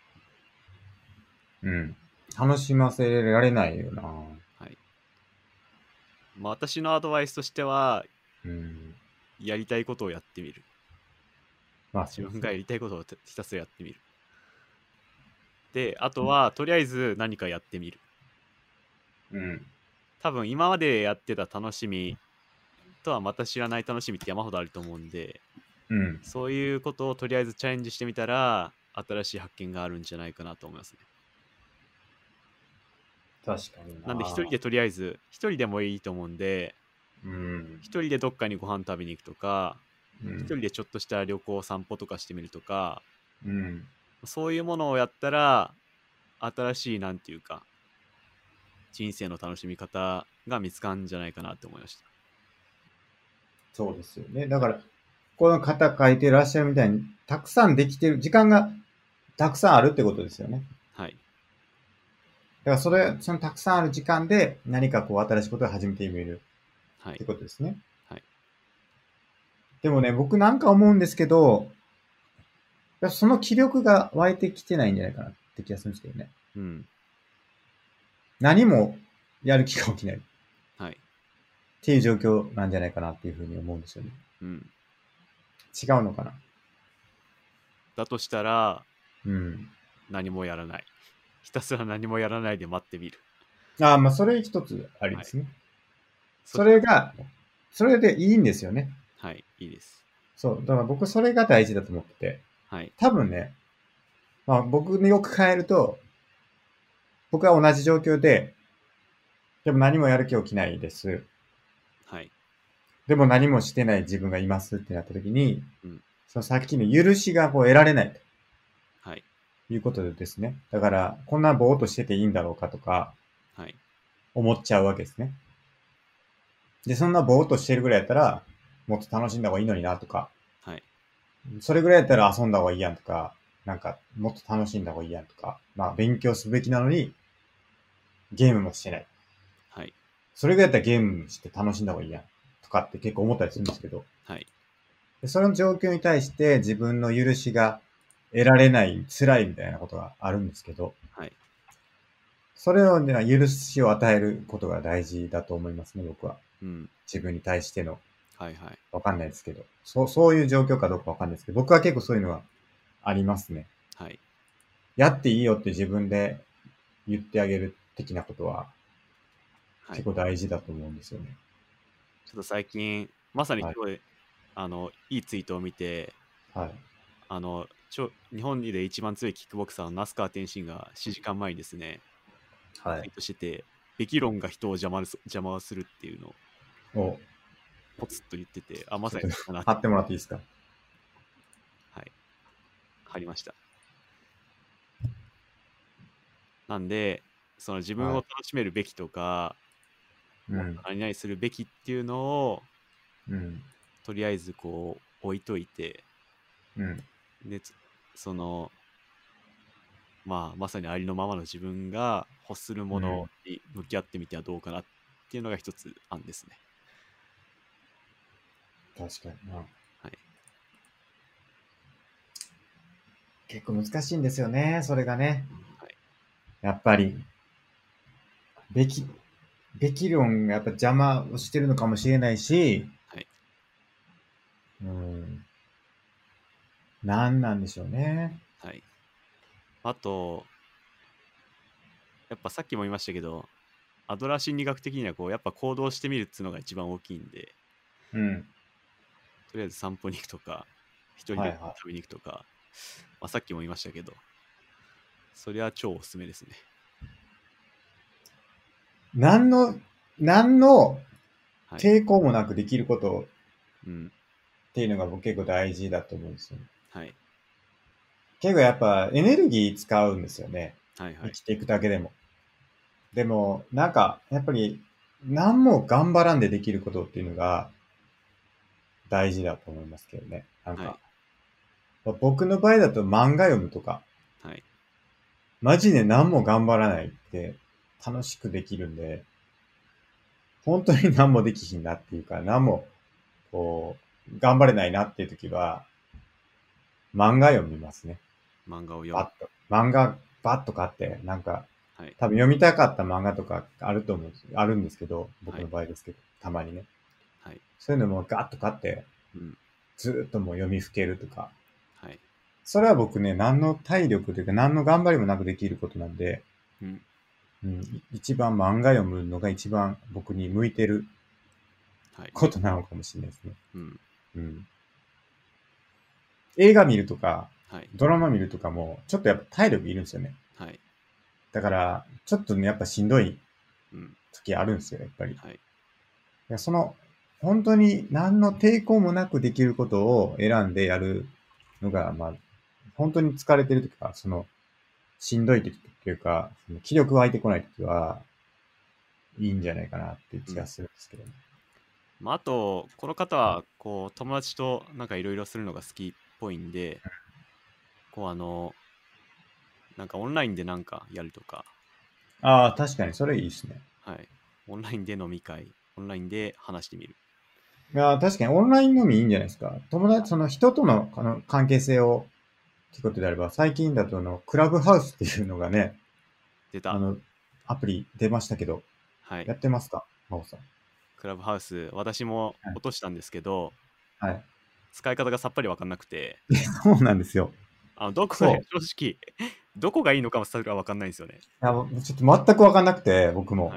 うん。楽しませられないよな。 はい。まあ、私のアドバイスとしては、 うん。 やりたいことをやってみる。 まあそうですね。 自分がやりたいことをひたすらやってみる。で、あとは、とりあえず何かやってみる。 うん。 多分、今までやってた楽しみとはまた知らない楽しみって山ほどあると思うんで、 うん。 そういうことをとりあえずチャレンジしてみたら、新しい発見があるんじゃないかなと思いますね。 確かになんで、一人な。 でとりあえず、一人でもいいと思うんで、 うん。 一人でどっかにご飯食べに行くとか、 うん。 一人でちょっとした旅行散歩とかしてみるとか、 うん。 そういうものをやったら、新しい、なんていうか、人生の楽しみ方が見つかるんじゃないかなって思いました。 そうですよね。だから、この方書いてらっしゃるみたいに、たくさんできてる、時間がたくさんあるってことですよね。 はい。 だからそのたくさんある時間で何かこう新しいことを始めてみるはい。 ってことですね。 はい。 でもね、僕なんか思うんですけど、その気力が湧いてきてないんじゃないかなって気がするんですけどね。 うん。 何もやる気が起きないっはい。 ていう状況なんじゃないかなっていうふうに思うんですよね。 うん。 違うのかな。 だとしたら、 うん。 何もやらない。 ひたすら何もやらないで待ってみる。 ああ、まあ、それ一つありですね。 そそれでいいんですよね。 はい、いいです。 そう。だから僕それが大事だと思ってて。 はい、 多分ね、まあ僕によく変えると、僕は同じ状況で、でも何もやる気起きないです。 はい、 でも何もしてない自分がいますってなった時に、 うん、 そのさっきの許しがこう得られないはい、 ということでですね。だから、こんなぼーっとしてていいんだろうかとか、 はい、 思っちゃうわけですね。で、そんなぼーっとしてるぐらいやったら、もっと楽しんだ方がいいのになとか、 はい、 それぐらいやったら遊んだ方がいいやんとか、なんか、もっと楽しんだ方がいいやんとか、まあ、勉強すべきなのに、ゲームもしてない。 はい、 それぐらいやったらゲームして楽しんだ方がいいやん。とかって結構思ったりするんですけど、 はい、 でその状況に対して自分の許しが得られない辛いみたいなことがあるんですけど、 はい、 それをね、許しを与えることが大事だと思いますね、僕は。 うん、 自分に対しての。 はい、はい、 わかんないですけど。そういう状況かどうかわかんないですけど、僕は結構そういうのがありますね。 はい、 やっていいよって自分で言ってあげる的なことははい。 結構大事だと思うんですよね。 ちょっと最近、まさにはい。 今日、いいツイートを見て、 はい。 日本で一番強いキックボクサーの那須川天心が4時間前にですね、 はい。 ツイートしてて、べき論が人を邪魔をするっていうのをを、 ポツッと言ってて、あ、まさにちょっとそうだなって、 貼ってもらっていいですか？ はい、貼りました。なんで、その自分をはい。 楽しめるべきとか、もっとうん。 何々するべきっていうのを、 うん。 とりあえずこう置いといて、 うん。 で、その、まあ、まさにありのままの自分が欲するものうん。 に向き合ってみてはどうかなっていうのが一つ案ですね。 確かにな。 はい。 結構難しいんですよね、それがね。 はい。 やっぱり、べき、べき論がやっぱ邪魔をしてるのかもしれないし、 はい。 うん。なんなんでしょうね。 はい。あと、やっぱさっきも言いましたけど、アドラー心理学的にはこう、やっぱ行動してみるっていうのが一番大きいんで、 うん。 とりあえず散歩に行くとか、一人ではいは食べに行くとか、まあ、さっきも言いましたけど、それは超おすすめですね。 い。何のはい。 抵抗もなくできることうん。 っていうのが僕結構大事だと思うんですよね。 はい。 結構やっぱエネルギー使うんですよね。 はいはい。 生きていくだけでも。でも、なんか、やっぱり、何も頑張らんでできることっていうのが大事だと思いますけどね。なんか、 はい。 僕の場合だと漫画読むとか、 はい。 マジで何も頑張らないって楽しくできるんで、本当に何もできひんなっていうか、何も、こ頑張れないなっていう時は、漫画読みますね。 漫画を読む。 バッと。漫画、バッと買って、なんか、 はい。 多分読みたかった漫画とかあると思うんです。あるんですけど、僕のはい。 場合ですけど、たまにね。 はい。 そういうのもガッと買って、 うん。 ずーっともう読みふけるとか。 はい。 それは僕ね、何の体力というか何の頑張りもなくできることなんで、 うん。 うん、一番漫画読むのが一番僕に向いてるはい。 ことなのかもしれないですね。 うん。 うん。映画見るとか、 はい。 ドラマ見るとかも、ちょっとやっぱ体力いるんですよね。 はい。 だから、ちょっとね、やっぱしんどいうん。 時あるんですよ、やっぱり。いはい。 や、本当に何の抵抗もなくできることを選んでやるのが、まあ、本当に疲れてる時か、しんどい時っていうか、その気力湧いてこない時は、いいんじゃないかなっていううん。 気がするんですけどね。 まあ、あと、この方は、こう、友達となんかいろいろするのが好きっぽいんで、こう、なんかオンラインでなんかやるとか、 ああ、確かにそれいいですね。 はい。オンラインで飲み会、オンラインで話してみる。 いやー、確かにオンラインのみいいんじゃないですか。友達、その人との関係性をってことであれば、最近だとクラブハウスっていうのがね、 出た。 あの、アプリ出ましたけど、 はい。 やってますか真帆さん。 クラブハウス、私も落としたんですけど、 はい。はい。 使い方がさっぱりわかんなくて、 そうなんですよ。 どこが、 そう。 正直、どこがいいのかもそれは分かんないんですよね。 いや、ちょっと全くわかんなくて、僕も。 はい。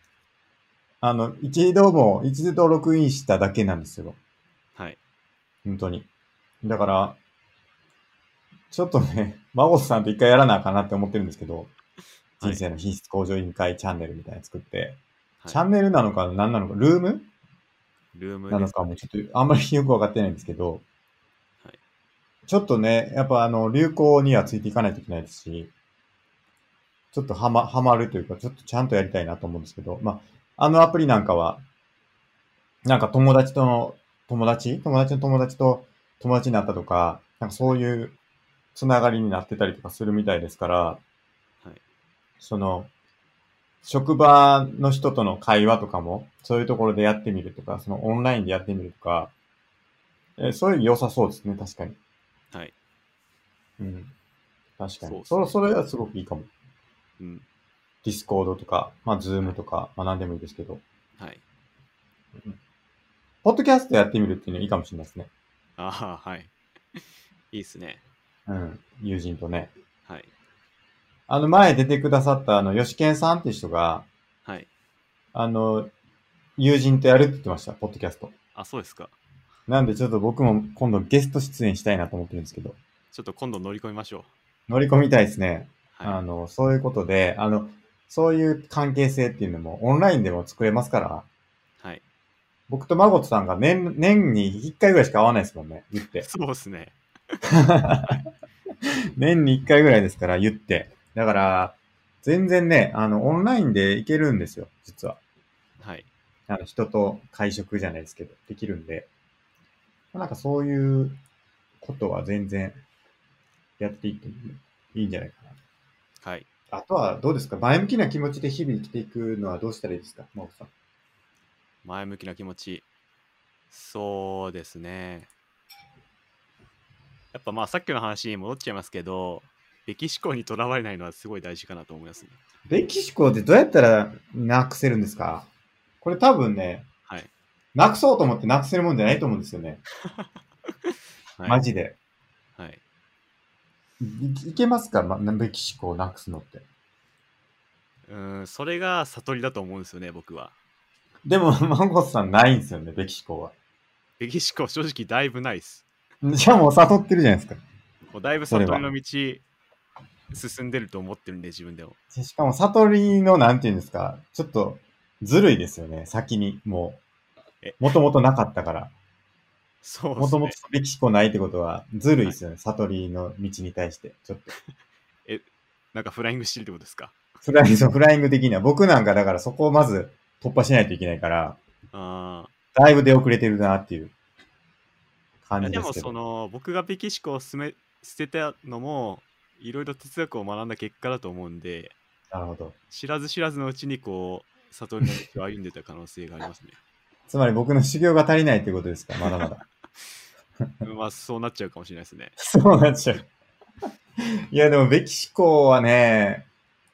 一度ログインしただけなんですよ。 はい。 本当に。だから、ちょっとね、マゴスさんと一回やらなあかなって思ってるんですけど、 はい。 人生の品質向上委員会チャンネルみたいなの作って、 はい。 チャンネルなのか何なのか、ルームルームなですかね。 のかもちょっとあんまりよくわかってないんですけど、 はい。 ちょっとね、やっぱ流行にはついていかないといけないですし、ちょっとはまるというか、ちょっとちゃんとやりたいなと思うんですけど、まあ、あのアプリなんかは、なんか友達の友達と友達になったとか、なんかそういうつながりになってたりとかするみたいですから、 はい。 その、職場の人との会話とかも、そういうところでやってみるとか、そのオンラインでやってみるとか、そういうの良さそうですね、確かに。 はい。 うん。確かに。 そうですね。 それはすごくいいかも。 うん。 ディスコードとか、まあ、ズーはい。 ムとか、まあ、何でもいいですけど。 はい。 うん。ポッドキャストやってみるっていうのはいいかもしれないですね。 ああ、はい。いいっすね。 うん。友人とね。 はい。 前出てくださった吉健さんっていう人が、 はい。 あの、友人とやるって言ってました、ポッドキャスト。 あ、そうですか。 なんでちょっと僕も今度ゲスト出演したいなと思ってるんですけど、 ちょっと今度乗り込みましょう。 乗り込みたいですね。 はい。 そういうことで、そういう関係性っていうのもオンラインでも作れますから、 はい。 僕とマゴトさんが年に1回ぐらいしか会わないですもんね、言って。 そうですね。はい。 年に1回ぐらいですから、言って。だから、全然ね、オンラインで行けるんですよ、実は。 はい。 人と会食じゃないですけど、できるんで。なんかそういうことは全然やっていってもいいんじゃないかはい。 な。あとはどうですか？前向きな気持ちで日々生きていくのはどうしたらいいですか、真央さん。 前向きな気持ち。そうですね。やっぱまあさっきの話に戻っちゃいますけど、べき思考にとらわれないのはすごい大事かなと思いますね。 べき思考ってどうやったらなくせるんですか？これ多分ね、 はい。 なくそうと思ってなくせるもんじゃないと思うんですよね。 はい。 マジで。 はい。 いけますか、べき思考をなくすのって。 それが悟りだと思うんですよね、僕は。 でも、マンゴスさんないんですよね、べき思考は。 べき思考正直だいぶないです。 じゃあもう悟ってるじゃないですか。 もうだいぶそれは。 悟りの道進んでると思ってるんで、自分でも。 しかも悟りのなんていうんですか、ちょっとずるいですよね、先に。 え、 もともとなかったから。もともとそうっすね。 べき思考ないってことは、ずるいはい。 ですよね、悟りの道に対して。ちょっと。 え、なんかフライングしてるってことですか？ フライング的には。僕なんかだからそこをまず突破しないといけないから、 ああだいぶ出遅れてるなっていうー。い感や、でもじですけど。 僕がべき思考を捨てたのも、いろいろ哲学を学んだ結果だと思うんで、 なるほど。 知らず知らずのうちに悟りの道を歩んでた可能性がありますね。 つまり僕の修行が足りないってことですか、まだまだ。 まあ、そうなっちゃうかもしれないですね。 そうなっちゃう。いや、でも、べき思考はね、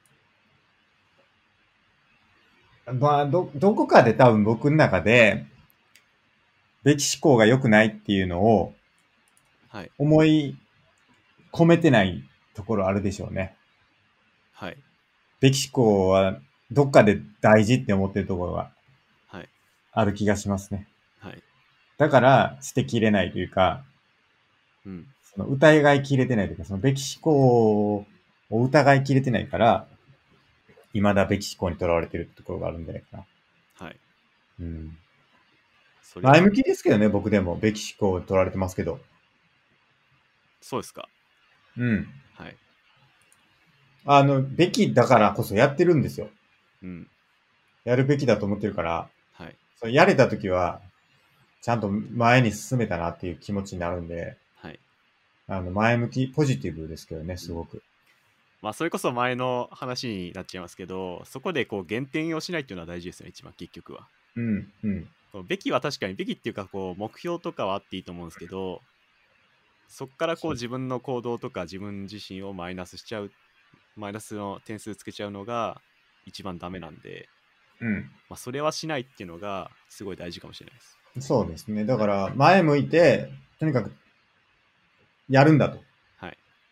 どこかで多分僕の中で、べき思考が良くないっていうのをはい。 思い込めてないところあるでしょうね。 はい。 べき思考はどっかで大事って思ってるところがはい。 ある気がしますね。 はい。 だから捨てきれないというか、 うん。 その疑いきれてないというか、そのべき思考を疑いきれてないから、未だべき思考にとらわれてるってところがあるんじゃないかな。 はい。 うん。 それは、 前向きですけどね、僕でも。べき思考に取られてますけど。 そうですか。 うん。 はい。 べきだからこそやってるんですよ。 うん。 やるべきだと思ってるから、 はい。 それやれたときは、ちゃんと前に進めたなっていう気持ちになるんで、 はい。 前向き、ポジティブですけどね、 うん。 すごく。 まあ、それこそ前の話になっちゃいますけど、そこで減点をしないっていうのは大事ですよね、一番結局は。 うん、うん。 べきは確かに、べきっていうか、目標とかはあっていいと思うんですけど、そこからそう。 自分の行動とか自分自身をマイナスしちゃう、マイナスの点数つけちゃうのが一番ダメなんで、 うん。 まあ、それはしないっていうのがすごい大事かもしれないです。 そうですね。だはい。 から、前向いて、とにかくやるんだと。 はい。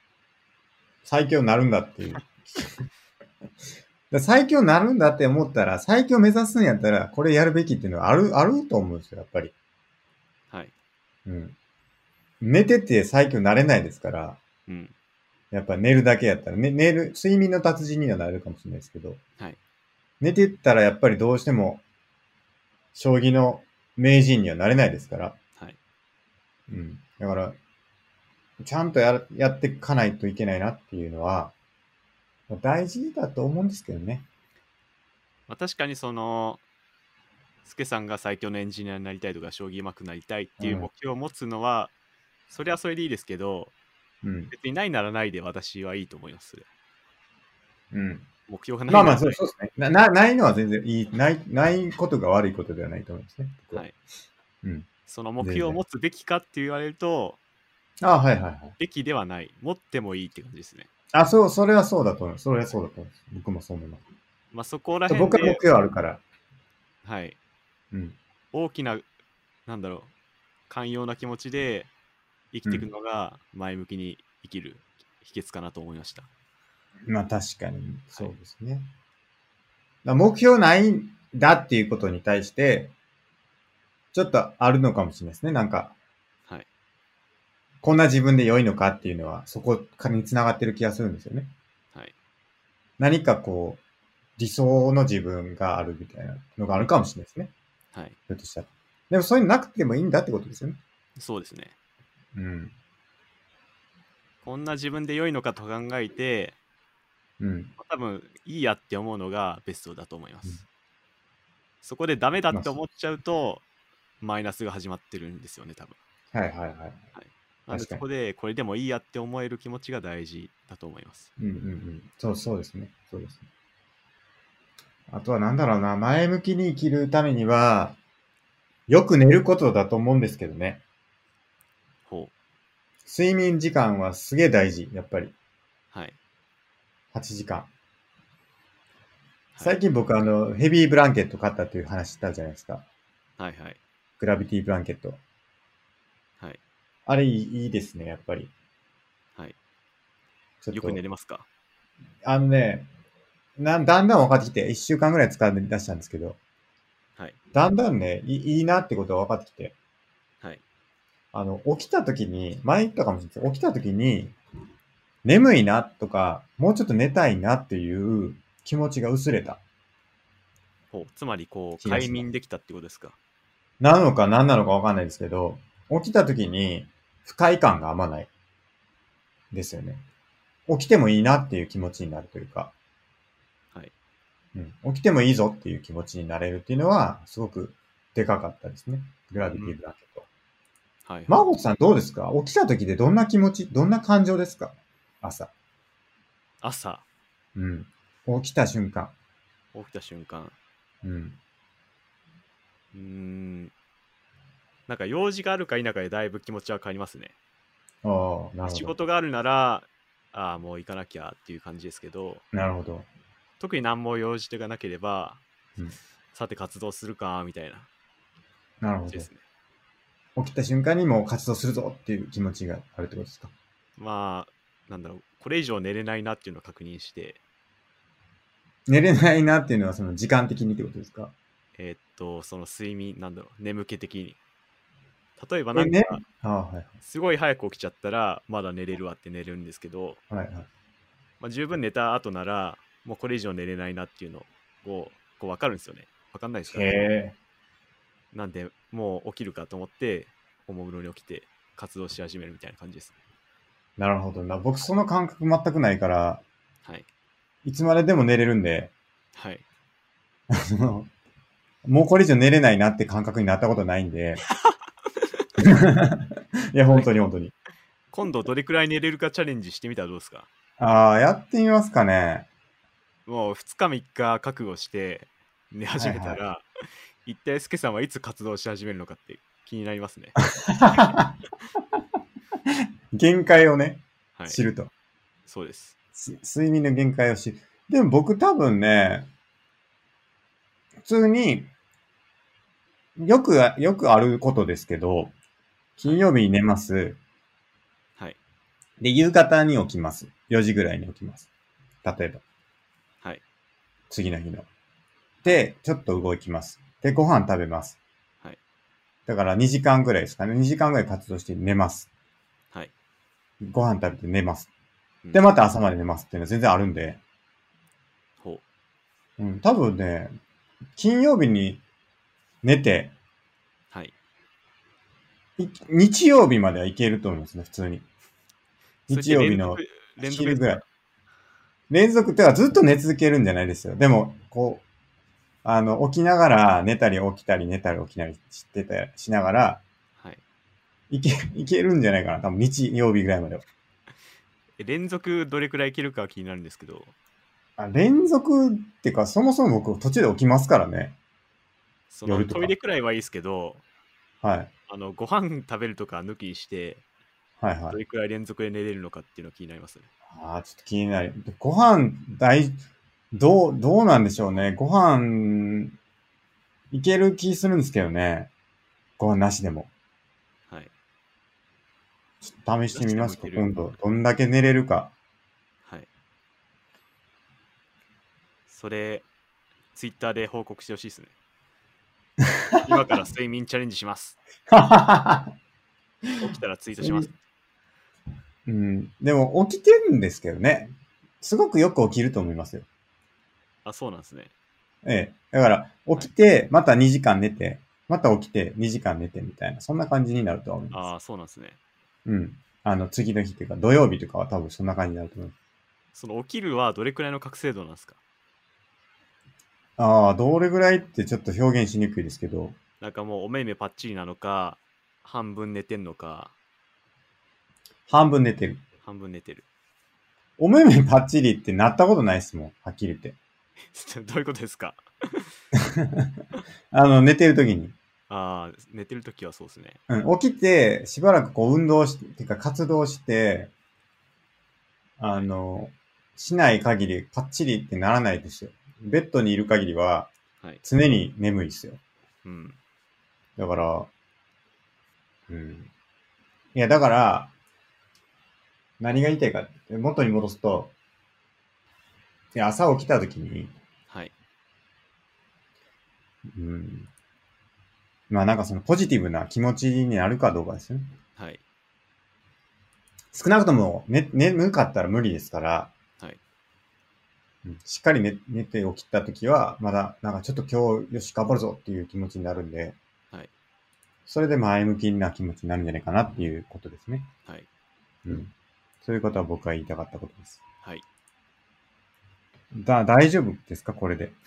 最強になるんだっていう。最強になるんだって思ったら、最強目指すんやったら、これやるべきっていうのはあると思うんですよ、やっぱり。 はい。 うん。寝てて最強になれないですから、 うん。 やっぱ寝るだけやったら、ね、睡眠の達人にはなれるかもしれないですけど、 はい。 寝てったらやっぱりどうしても、将棋の名人にはなれないですから、 はい。 うん。だから、ちゃんとやっていかないといけないなっていうのは、大事だと思うんですけどね。 まあ、確かにスケさんが最強のエンジニアになりたいとか、将棋上手くなりたいっていう目標を持つのは、それはそれでいいですけど、 うん。 別にないならないで私はいいと思います。それうん。 目標がなまあまあ、 いならない。 そうですね。ないのは全然いい。ないことが悪いことではないと思いますね。僕は。 はい。 うん。 その目全然。 標を持つべきかって言われると、 あ、はいはいはい。 べきではない。持ってもいいって感じですね。 あ、そう、それはそうだと思います。それはそうだと思います。僕もそう思います。 まあそこら辺で、 僕は目標あるから。 はい。 うん。 大きな、なんだろう、寛容な気持ちで生きていくうん。 のが前向きに生きる秘訣かなと思いました。 まあ確かに、 はい。 そうですね。目標ないんだっていうことに対して、ちょっとあるのかもしれないですね。なんか、 はい。 こんな自分で良いのかっていうのは、そこに繋がってる気がするんですよね。 はい。 何かこう、理想の自分があるみたいなのがあるかもしれないですね。 はい。 ひょっとしたら。でもそういうのなくてもいいんだってことですよね。 そうですね。 うん。 こんな自分で良いのかと考えて、 うん。 多分いいやって思うのがベストだと思いまうん、 す。そこでダメだまあ、 って思っちゃうと、マイナスが始まってるんですよね、多分。 はいはいはい。 はい。なんで確かに。 そこでこれでもいいやって思える気持ちが大事だと思います。 うんうんうん。そうですね。そうですね。あとはなんだろうな。前向きに生きるためには、よく寝ることだと思うんですけどね。 ほう。 睡眠時間はすげえ大事。やっぱり。 はい。 8時間。 はい。 最近僕ヘビーブランケット買ったっていう話したじゃないですか。 はいはい。 グラビティブランケット。 はい。 あれいいですね、やっぱり。 はい。よく寝ちょっと、 れますか？ あのね、だんだん分かってきて、1週間ぐらい使い出したんですけど、 はい。 だんだんね、いいなってことが分かってきて、 はい。 起きた時に、前言ったかもしれないです。起きた時に、眠いなとか、もうちょっと寝たいなっていう気持ちが薄れたほう。つまり、快気がします。 眠できたってことですか？ なのか何なのか分かんないですけど、起きた時に不快感があんまないですよね。起きてもいいなっていう気持ちになるというか、 はい。 うん、起きてもいいぞっていう気持ちになれるっていうのは、すごくでかかったですね。グラビティうん。 ブランケット。 はいはい。 マゴさんどうですか？起きた時でどんな気持ち、どんな感情ですか？朝。 朝、 うん。起きた瞬間。 起きた瞬間。 うん。 うーん。なんか用事があるか否かでだいぶ気持ちは変わりますね。 ああ、なるほ仕ど。 事があるなら、ああ、もう行かなきゃっていう感じですけど、 なるほど。 特に何も用事がなければ、 うん。 さて活動するか、みたいななるほど。 感じですね。 起きた瞬間にもう活動するぞっていう気持ちがあるってことですか？ まあ、これ以上寝れないなっていうのを確認して、 寝れないなっていうのはその時間的にってことですか？ その睡眠、眠気的に。例えばね。ああ、はいすごい早く起きちゃったら、まだ寝れるわって寝れるんですけど、 はい。はいはい。 まあ、十分寝た後なら、もうこれ以上寝れないなっていうのを、分かるんですよね。分かんないですかへね。 え。 なんで、もう起きるかと思って、おもむろに起きて、活動し始めるみたいな感じですね。 なるほどな。僕その感覚全くないから、 はい。 いつまででも寝れるんで、 はい。 そのもうこれ以上寝れないなって感覚になったことないんで。いや、本当に本当に。 今度どれくらい寝れるかチャレンジしてみたらどうですか？ ああ、やってみますかね。 もう2日3日覚悟して寝始はいはい。 めたら、一体スケさんはいつ活動し始めるのかって気になりますね。 限界をね、 はい。 知ると。 そうです。 睡眠の限界を知る。でも僕多分ね、普通によくあることですけど、 はい。 金曜日に寝ます。 はい。 で、夕方に起きます。 4時ぐらいに起きます。例えば。 はい。 次の日の。で、ちょっと動きます。で、ご飯食べます。 はい。 だから2時間ぐらいですかね。2時間ぐらい活動して寝ます。 はい。 ご飯食べて寝ます。 うんで、また朝まで寝ますっていうのは全然あるんで。 ほうん、多分ね、金曜日に寝て、 う。はい。 日曜日まではいけると思いますね、普通に。 それっ日曜日のて連続ですか？ 昼ぐらい。連続ってかずっと寝続けるんじゃないですよ。でも、こう、起きながら寝たり起きたり寝たり起きたりしてたりしながら、 はい。 いけるんじゃないかな。多分日曜日ぐらいまでは。 連続どれくらいいけるかは気になるんですけど、 連続っていうか、そもそも僕途中で起きますからね。 その夜とか。 トイレくらいはいいですけど、 はい。 ご飯食べるとか抜きにして、 はいはい。 どれくらい連続で寝れるのかっていうのが気になりますね。 ああ、ちょっと気になる。ご飯、どうなんでしょうね。ご飯、いける気するんですけどね。ご飯なしでも。 はい。 ちょっと試してみますか、 なしでもいける。 今度。どんだけ寝れるか。 はい。それ、ツイッターで報告してほしいですね。今から睡眠チャレンジします。起きたらツイートします。 うん。でも、起きてるんですけどね。すごくよく起きると思いますよ。 あ、そうなんですね。 ええ。だから、起きて、また2時間寝て、また起きて、2時間寝てみたいな、そんな感じになるとは思います。 ああ、そうなんですね。 うん。次の日というか、土曜日とかは多分そんな感じになると思います。 その起きるはどれくらいの覚醒度なんですか？ ああ、どれぐらいってちょっと表現しにくいですけど、 なんかもうお目目パッチリなのか、半分寝てんのか、 半分寝てる。 半分寝てる。 お目目パッチリってなったことないですもん、はっきり言って。 どういうことですか？ 寝てる時に。 ああ、寝てるときはそうですね。 うん、起きて、しばらくこう運動して、てか活動して、しない限りパッチリってならないですよ。ベッドにいる限りははい。 常に眠いですよ。 うん。 だから、うん。いや、だから、何が言いたいかって、元に戻すと、いや朝起きた時に、 はい。 うん。まあなんかそのポジティブな気持ちになるかどうかですよね。 はい。 少なくとも、眠かったら無理ですから、 はい。 しっかり寝て起きた時は、まだなんかちょっと今日よし頑張るぞっていう気持ちになるんで、 はい。 それで前向きな気持ちになるんじゃないかなっていうことですね。 はい。 うん。そういうことは僕が言いたかったことです。 はい。 大丈夫ですかこれで。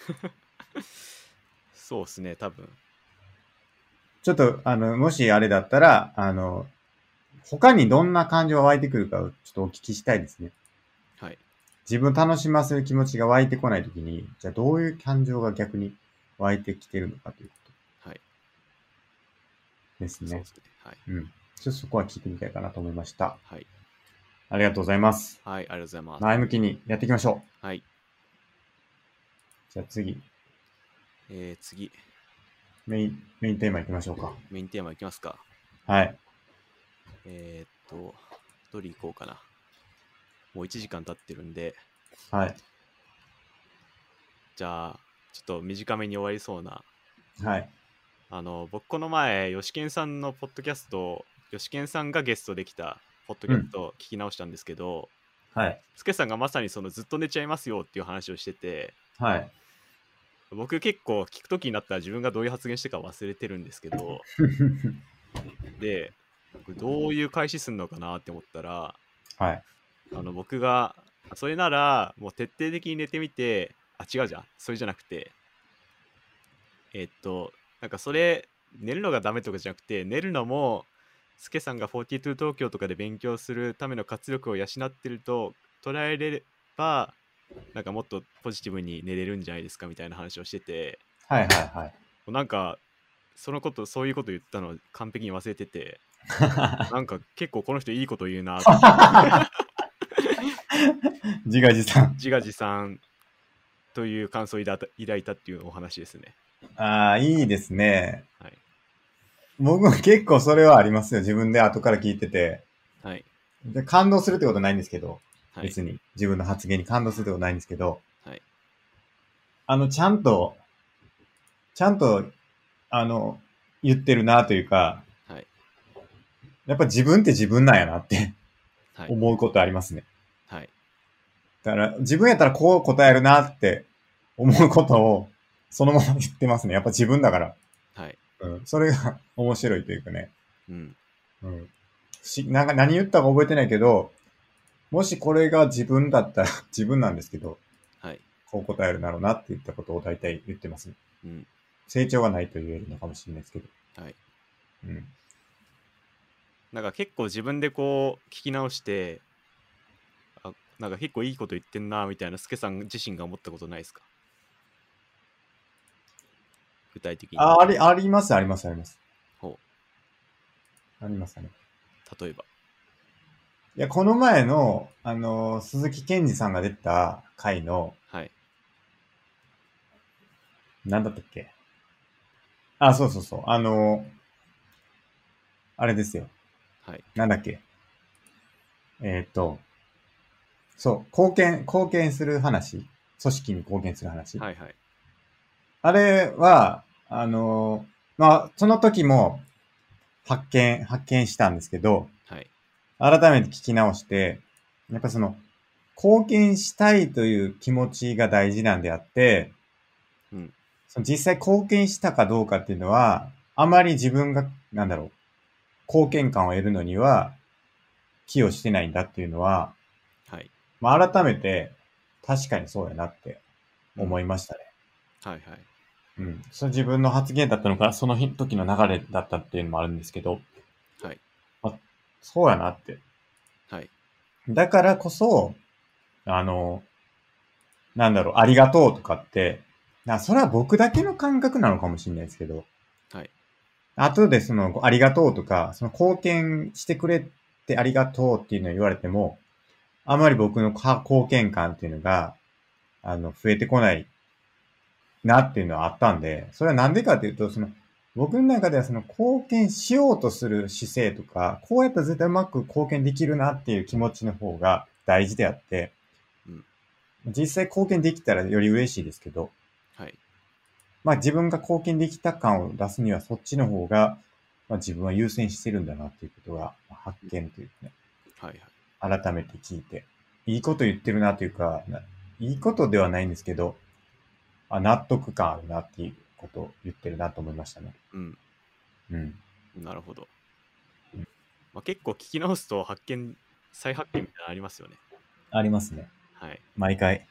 そうですね、多分。 ちょっと、もしあれだったら、他にどんな感情が湧いてくるかをちょっとお聞きしたいですね。 はい。 自分を楽しませる気持ちが湧いてこないときに、じゃあどういう感情が逆に湧いてきてるのかというこはい。 とですね。 そうですね。はい。 うん。ちょっとそこは聞いてみたいかなと思いました。 はい。 ありがとうございます。 はい。ありがとうございます。 前向きにやっていきましょう。 はい。 じゃあ次、 次、 メインテーマいきましょうか。 メインテーマいきますか。 はい。 どれいこうかな。もう1時間経ってるんで、 はい。 じゃあ、ちょっと短めに終わりそうな。 はい。 僕この前、ヨシケンさんのポッドキャスト、ヨシケンさんがゲストできたポッドキャストを聞き直したんですけど、 はい。 スケさんがまさにそのずっと寝ちゃいますよっていう話をしてて、 はい。 僕結構聞くときになったら自分がどういう発言してか忘れてるんですけど、で、これどういう開始するのかなって思ったら、 はい。 僕が、それならもう徹底的に寝てみて、違うじゃん。それじゃなくて、なんかそれ、寝るのがダメとかじゃなくて、寝るのも、スケさんが42東京とかで勉強するための活力を養ってると捉えれれば、なんかもっとポジティブに寝れるんじゃないですかみたいな話をしてて、 はいはいはい。 なんかそういうこと言ったの完璧に忘れてて、なんか結構この人いいこと言うなと思って自画自賛。 自画自賛という感想を抱いたっていうお話ですね。 ああ、いいですね。 はい。 僕も結構それはありますよ。自分で後から聞いてて。 はい。 で感動するってことはないんですけど。 はい。 別に自分の発言に感動することないんですけど、 はい。 ちゃんと、あの、言ってるなというか、 はい。 やっぱ自分って自分なんやなってはい。 思うことありますね。 はい。 だから自分やったらこう答えるなって思うことをそのまま言ってますね。やっぱ自分だから。 はい。 うん。それが面白いというかね。 うん。 うん。なんか何言ったか覚えてないけど、もしこれが自分だったら自分なんですけど、 はい。 こう答えるだろうなって言ったことを大体言ってますね。 うん。 成長がないと言えるのかもしれないですけど。 はい。 うん。 なんか結構自分でこう聞き直して、なんか結構いいこと言ってんなみたいな、スケさん自身が思ったことないですか？具体的に。 あります、あります、あります。 ほありますね。 う。例えば。 いや、この前の、鈴木健二さんが出た回の、 はい。 なんだったっけ。あ、そうそうそう。あれですよ。 はい。 なんだっけ。えーっと、そう、貢献する話。組織に貢献する話。 はいはい。 あれは、まあ、その時も発見したんですけど、 はい。 改めて聞き直して、やっぱその、貢献したいという気持ちが大事なんであって、 うん。 その実際貢献したかどうかっていうのは、あまり自分が、なんだろう、貢献感を得るのには寄与してないんだっていうのは、 はい。 まあ、改めて確かにそうやなってうん。 思いましたね。 はいはい。 うん。それ自分の発言だったのか、その時の流れだったっていうのもあるんですけど、 はい。 まあ、そうやなって。 はい。 だからこそ、なんだろう、ありがとうとかって、それは僕だけの感覚なのかもしれないですけど、 はい。 後でその、ありがとうとか、その貢献してくれてありがとうっていうのを言われても、あまり僕の貢献感っていうのが、増えてこないなっていうのはあったんで、それはなんでかっていうと、その、僕の中ではその貢献しようとする姿勢とか、こうやったら絶対うまく貢献できるなっていう気持ちの方が大事であって、 うん。 実際貢献できたらより嬉しいですけど、 はい。 まあ自分が貢献できた感を出すにはそっちの方が、まあ自分は優先してるんだなっていうことが発見というかね、 はいはい。 改めて聞いて、いいこと言ってるなというか、いいことではないんですけど、納得感あるなっていうことを言ってるなと思いましたね。 うん。 うん。 なるほど。まあ、結構聞き直すと再発見みたいなのありますよね。 ありますね。 はい。 毎回。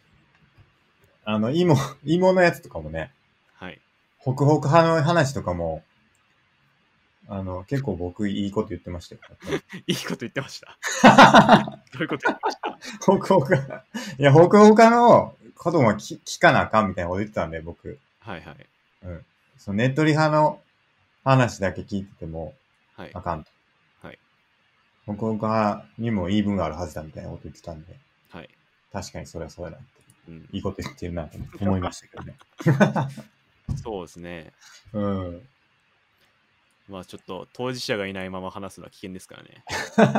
芋のやつとかもね、 はい。 ホクホク派の話とかも、結構僕いいこと言ってましたよ。やっぱり。 いいこと言ってました。どういうこと言ってました？ ホクホク、いや、ホクホク派のことも聞かなあかんみたいなこと言ってたんで、僕。 はいはい。 うん。そのネットリ派の話だけ聞いててもはい。 あかんと。 はい。 ホクホク派にも言い分があるはずだみたいなこと言ってたんで、 はい。 確かにそれはそうやなって。 うん。 いいこと言ってるなと思いましたけどね。 そうですね。 うん。 まあちょっと当事者がいないまま話すのは危険ですからね。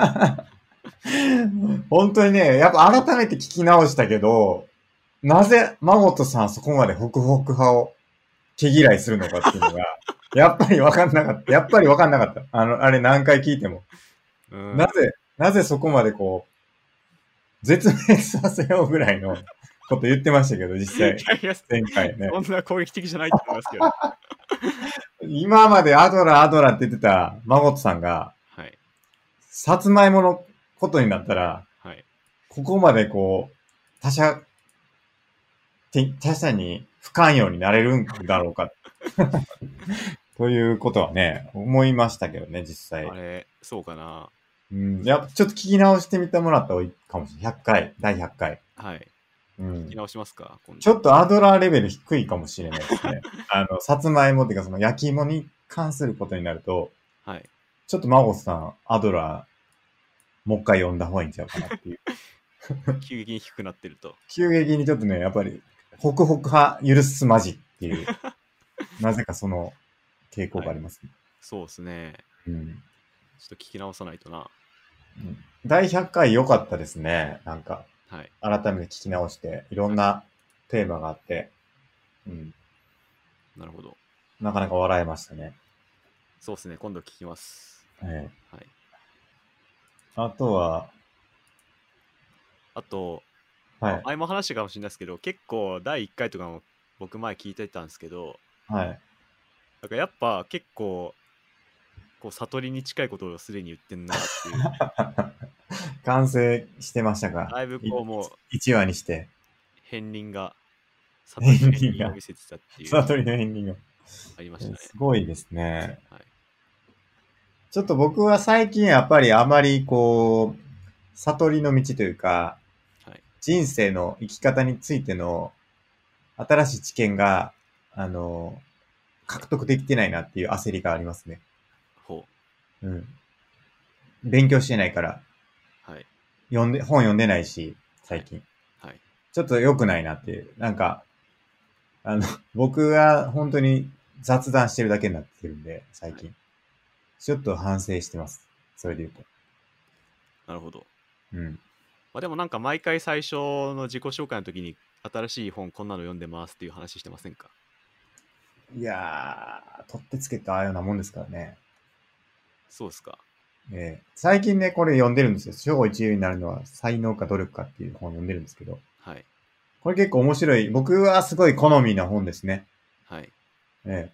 本当にね、やっぱ改めて聞き直したけど、なぜ、マゴトさんそこまでホクホク派を毛嫌いするのかっていうのが、やっぱりわかんなかった。やっぱりわかんなかった。あれ何回聞いても。 うん。 なぜそこまでこう、絶滅させようぐらいのこと言ってましたけど、実際、 いやいや、 前回ね。 そんな攻撃的じゃないと思いますけど。 今までアドラーって言ってたマゴトさんが、 はい。 さつまいものことになったら、 はい。 ここまでこう、他者に不寛容になれるんだろうか。ということはね、思いましたけどね、実際。 あれ、そうかな。 うん。やっぱちょっと聞き直してみてもらった方がいいかもしれない。100回、第100回。 はい。 うん。 聞き直しますか、今度。 ちょっとアドラーレベル低いかもしれないですね。さつまいもっていうかその焼き芋に関することになると、 はい。 ちょっとマゴスさん、アドラー、もう一回読んだ方がいいんちゃうかなっていう。 急激に低くなってると。 急激にちょっとね、やっぱり、ホクホク派許すまじっていう、なぜかその傾向はい。 がありますね。 そうですね。 うん。 ちょっと聞き直さないとな。 第100回良かったですね。なんか、 はい。 改めて聞き直して、いろんなテーマがあって、うん、 なるほど。 なかなか笑えましたね。 そうですね。今度聞きます。 ええ、 はい。 あとは、 あと、 はい、 前も話したかもしれないですけど、結構第1回とかも僕前聞いてたんですけど、 はい。 なんかやっぱ結構、こう悟りに近いことをすでに言ってんなっていう、 完成してましたか？ だいぶこうもう 1話にして、 片鱗が、悟エりの片ンディングが、 鱗を見せてたっていう、 悟りのエンディングが。 ありましたね。 すごいですね。 はい。 ちょっと僕は最近やっぱりあまりこう、悟りの道というか、 はい。 人生の生き方についての新しい知見が、あの、 はい。 獲得できてないなっていう焦りがありますね。 ほう。 うん。勉強してないから、 はい。 本読んでないし、 はい。 最近。 はい。 ちょっと良くないなっていう。なんか、あの、僕が本当に雑談してるだけになってるんで、最はい。 近。ちょっと反省してます。それで言うと。 なるほど。 うん。 まあでもなんか毎回最初の自己紹介の時に新しい本こんなの読んでますっていう話してませんか？ いやー、取ってつけたああいうようなもんですからね。 そうですか。 最近ね、これ読んでるんですよ。超一流になるのは才能か努力かっていう本を読んでるんですけど、 はい。 これ結構面白い。僕はすごい好みな本ですね。 はい。 え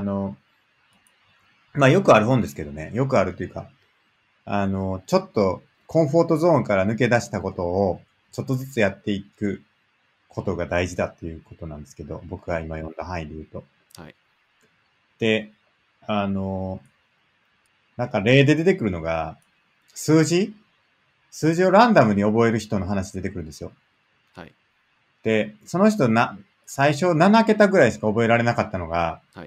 まあよくある本ですけどね。よくあるというか、ちょっとコンフォートゾーンから抜け出したことをちょっとずつやっていくことが大事だっていうことなんですけど、僕が今読んだ範囲で言うと。 はい。 で、あの、なんか例で出てくるのが、数字数字をランダムに覚える人の話出てくるんですよ。 はい。 で、その人最初7桁ぐらいしか覚えられなかったのが、 はい。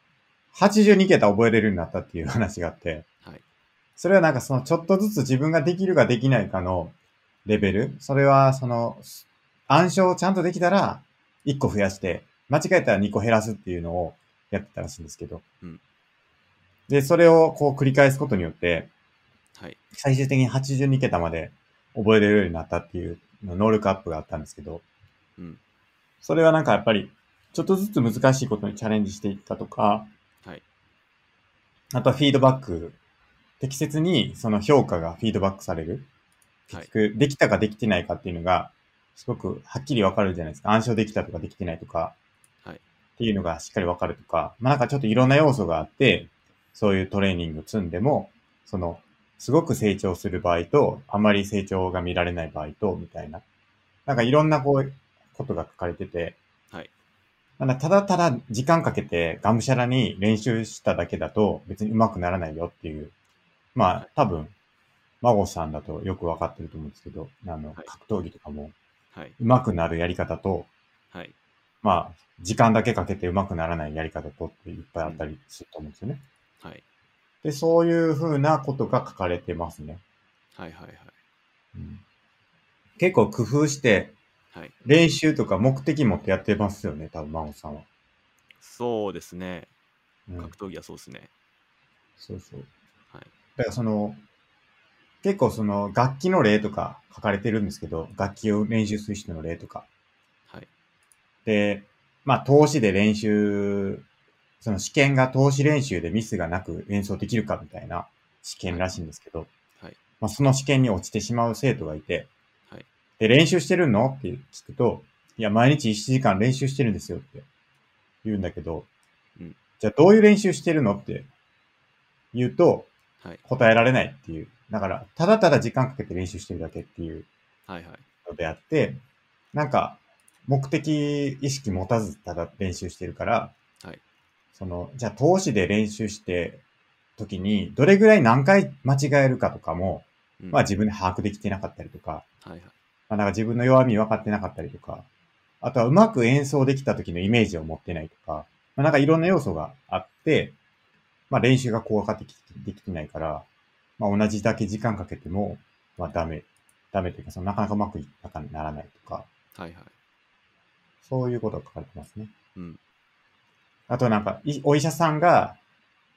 82桁覚えれるようになったっていう話があって、 はい。 それはなんかそのちょっとずつ自分ができるかできないかのレベル。それはその暗唱をちゃんとできたら1個増やして、間違えたら2個減らすっていうのをやってたらしいんですけど。 うん。 で、それをこう繰り返すことによって、 はい。 最終的に82桁まで覚えれるようになったっていう能力アップがあったんですけど、 うん。 それはなんかやっぱり、ちょっとずつ難しいことにチャレンジしていったとか、 はい。 あとはフィードバック、適切にその評価がフィードバックされる。 はい。 結局、できたかできてないかっていうのが、すごくはっきりわかるじゃないですか。暗唱できたとかできてないとか、 はい。 っていうのがしっかりわかるとか、まあなんかちょっといろんな要素があって、そういうトレーニングを積んでも、その、すごく成長する場合と、あまり成長が見られない場合と、みたいな。なんかいろんなこう、ことが書かれてて、 はい。 ただただ時間かけてがむしゃらに練習しただけだと別に上手くならないよっていう。まはい。 あ多分、孫さんだとよくわかってると思うんですけど、 はい。 格闘技とかもはい。 上手くなるやり方と、 はい。 まあ、時間だけかけて上手くならないやり方とっていっぱいうん。 あったりすると思うんですよね。 はい。 で、そういうふうなことが書かれてますね。 はい。はい。はい。 うん、結構工夫してはい。 練習とか目的持ってやってますよね、多分孫さんは。 そうですね。 うん。 格闘技はそうですね。 そうそう。 はい。 だからその、結構その楽器の例とか書かれてるんですけど、楽器を練習する人の例とか。 はい。 で、まあ投資で練習、その試験が投資練習でミスがなく演奏できるかみたいな試験はい。 らしいんですけど、 はい。 まあその試験に落ちてしまう生徒がいて、 はい。 で、練習してるのって聞くと、いや、毎日1時間練習してるんですよって言うんだけど、 うん。 じゃあどういう練習してるのって言うとはい。 答えられないっていう。だから、ただただ時間かけて練習してるだけっていうはい。はい。 のであって、なんか、目的意識持たずただ練習してるから、 はい。 じゃあ投資で練習して時に、どれぐらい何回間違えるかとかも、 うん。 まあ自分で把握できてなかったりとか、 はい。はい。 まあなんか自分の弱み分かってなかったりとか、あとはうまく演奏できた時のイメージを持ってないとか、まあなんかいろんな要素があって、まあ練習がこう分かってできてないから、まあ同じだけ時間かけても、まあダメというか、なかなかうまくいったかにならないとか、 はい。はい。 そういうことが書かれてますね。 うん。 あとなんか、お医者さんが、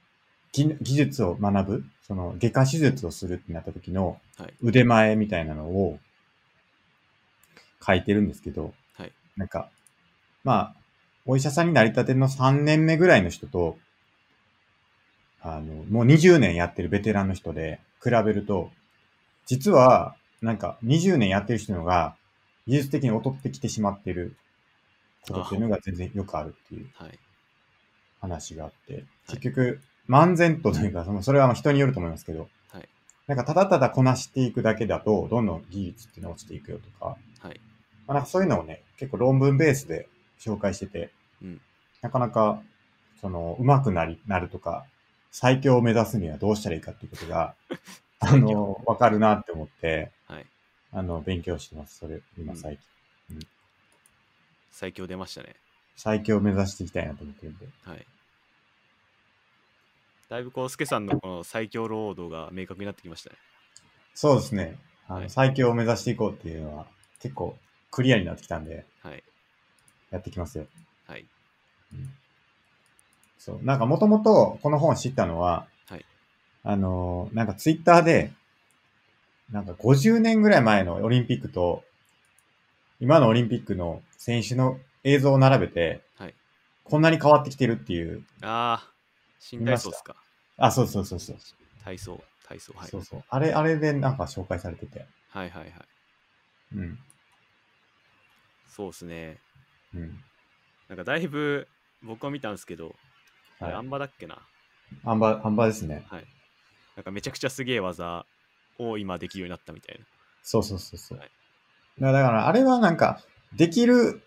技術を学ぶ、その外科手術をするってなった時のはい。 腕前みたいなのを書いてるんですけど、 はい。 なんか、まあ、お医者さんになりたての3年目ぐらいの人と、もう20年やってるベテランの人で比べると、実は、なんか20年やってる人のが技術的に劣ってきてしまってることっていうのが全然よくあるっていうはい。 話があって、 はい。 結局、漫然とというか、それは人によると思いますけど、 はい。 なんかただただこなしていくだけだと、どんどん技術っていうのは落ちていくよとか、 はい。 なんかそういうのをね、結構論文ベースで紹介してて、 うん。 なかなか、上手くなるとか、最強を目指すにはどうしたらいいかっていうことが、 最強。 わかるなって思って、 はい。 勉強してます。それ、 うん。 今最近。うん、 最強出ましたね。 最強を目指していきたいなと思ってるんで。 はい。だいぶこう、スケさんのこの最強ロードが明確になってきましたね。 そうですね。 はい。 最強を目指していこうっていうのは、結構クリアになってきたんで、 はい。 やってきますよ。 はい。 うん、そう。なんかもともとこの本を知ったのは、 はい。 なんかツイッターで、なんか50年ぐらい前のオリンピックと、今のオリンピックの選手の映像を並べて、 はい。 こんなに変わってきてるっていう、 ああ、新見ました？ 体操っすか。 あ、そうそうそうそう。 体操、はい。 そうそう。あれでなんか紹介されてて。 はいはいはい。 うん。 そうっすね。 うん。 なんかだいぶ僕は見たんですけど、あれ、 はい。 あん馬だっけな。 あん馬ですね。 はい。なんかめちゃくちゃすげえ技を今できるようになったみたいそうそうそうそう。 な。はい。 だからあれはなんか、できる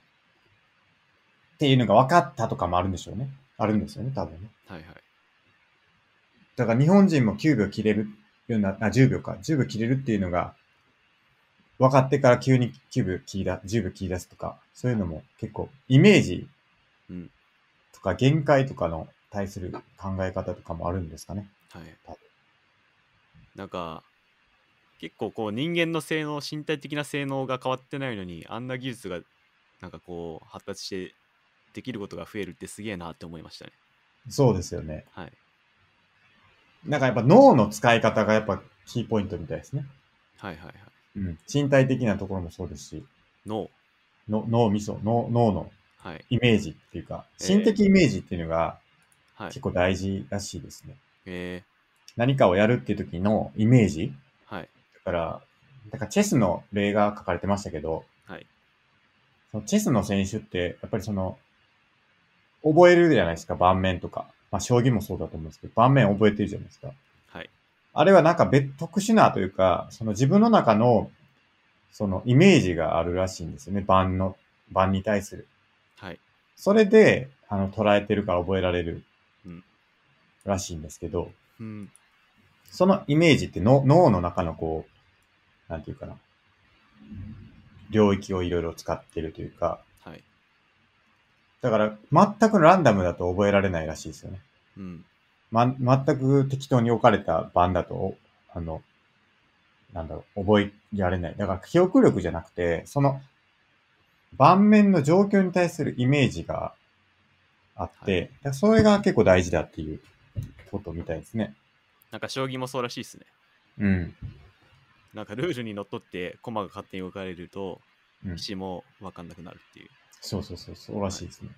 っていうのが分かったとかもあるんでしょうね。あるんですよね、多分ね。 はいはい。 だから日本人も9秒切れるような、10秒か。10秒切れるっていうのが分かってから急に9秒切りだ、10秒切り出すとか、そういうはい。 のも結構イメージうん。 とか限界とかの対する考え方とかもあるんですかね。 はい。 多分。 なんか、結構こう人間の性能、身体的な性能が変わってないのに、あんな技術がなんかこう発達してできることが増えるってすげえなって思いましたね。 そうですよね。 はい。 なんかやっぱ脳の使い方がやっぱキーポイントみたいですね。 はいはいはい。 うん。身体的なところもそうですし、 脳。 脳みそ、脳のはい。 イメージっていうか、心的イメージっていうのがはい。 結構大事らしいですね。 え何かをやるっていう時のイメージはい。 だから、チェスの例が書かれてましたけど、 はい。 そのチェスの選手って、やっぱり覚えるじゃないですか、盤面とか。まあ、将棋もそうだと思うんですけど、盤面覚えてるじゃないですか。 はい。 あれはなんか特殊なというか、その自分の中の、そのイメージがあるらしいんですよね、盤に対する。 はい。 それで、捉えてるから覚えられるうん。 らしいんですけど、 うん。 そのイメージっての脳の中のこう、なんていうかな、領域をいろいろ使ってるというか、 はい。 だから全くランダムだと覚えられないらしいですよね。 うん。 全く適当に置かれた盤だと、あの、覚えられない。だから記憶力じゃなくて、その盤面の状況に対するイメージがあっはい。 て、だからそれが結構大事だっていうことみたいですね。 なんか将棋もそうらしいですね。 うん。 なんかルールにのっとって駒が勝手に動かれると、 うん。 棋士も分かんなくなるっていう。 そうそうそう、そうらはい。 しいですね。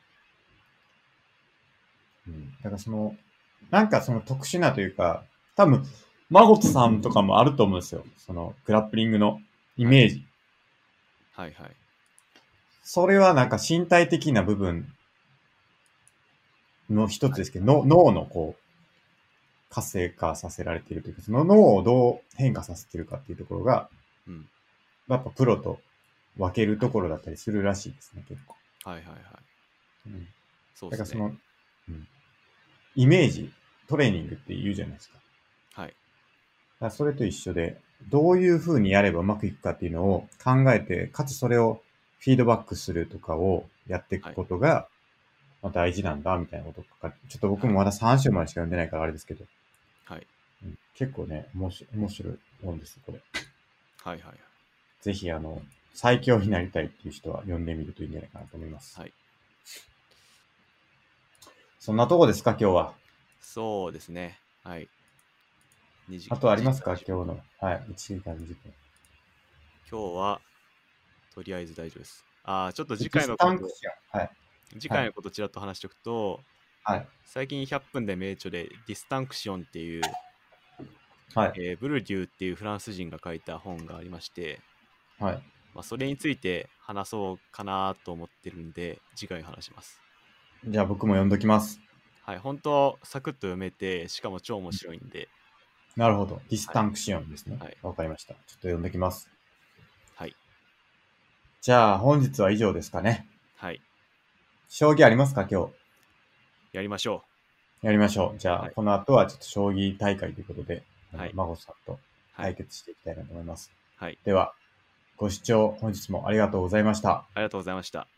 うん。だからなんかその特殊なというか、多分、マゴトさんとかもあると思うんですよ。そのグラップリングのイはい。 メージ。 はいはい。 それはなんか身体的な部分の一つはい。 ですけど、脳のこう、活性化させられているというか、その脳をどう変化させているかっていうところが、 うん。 やっぱプロと分けるはい。 ところだったりするらしいですね、結構。 はいはいはい。 うん。 そうですね。 だからうん、イメージ、トレーニングって言うじゃないですか。だかはい。 らそれと一緒で、どういう風にやればうまくいくかっていうのを考えて、かつそれをフィードバックするとかをやっていくはい。 ことが、まあ、大事なんだ、みたいなことか。ちょっと僕はい。 もまだ3章までしか読んでないからあれですけど、 はい。 うん、結構ね、面白い本です、これ。 はいはい。 ぜひ最強になりたいっていう人は読んでみるといいんじゃないかなと思います。 はい。 そんなとこですか、今日は。 そうですね。はい。 あとありますか 2時間今日の。はい。1時間20分。 今日は、とりあえず大丈夫です。ちょっとディスタンクション。はい。はい。 次回のことちらっと話しておくと、 はい。 最近100分で名著でディスタンクションっていう、 はい。 ブルデューっていうフランス人が書いた本がありまして、 はい。 それについて話そうかなと思ってるんで、次回話します。 じゃあ僕も読んどきます。 はい、本当サクッと読めて、しかも超面白いんで、 なるほど。ディスはい、 タンクションですね。 はい、 わかりました。ちょっと読んどきます。 はい、 じゃあ本日は以上ですかね。 はい、 将棋ありますか今日。 やりましょやりましょう。じう。 ゃあ、 はい、 この後はちょっと将棋大会ということで、 はい、 マゴさんとはい、 対決していきたいなと思います。 はい。 では、ご視聴本日もありがとうございました。 ありがとうございました。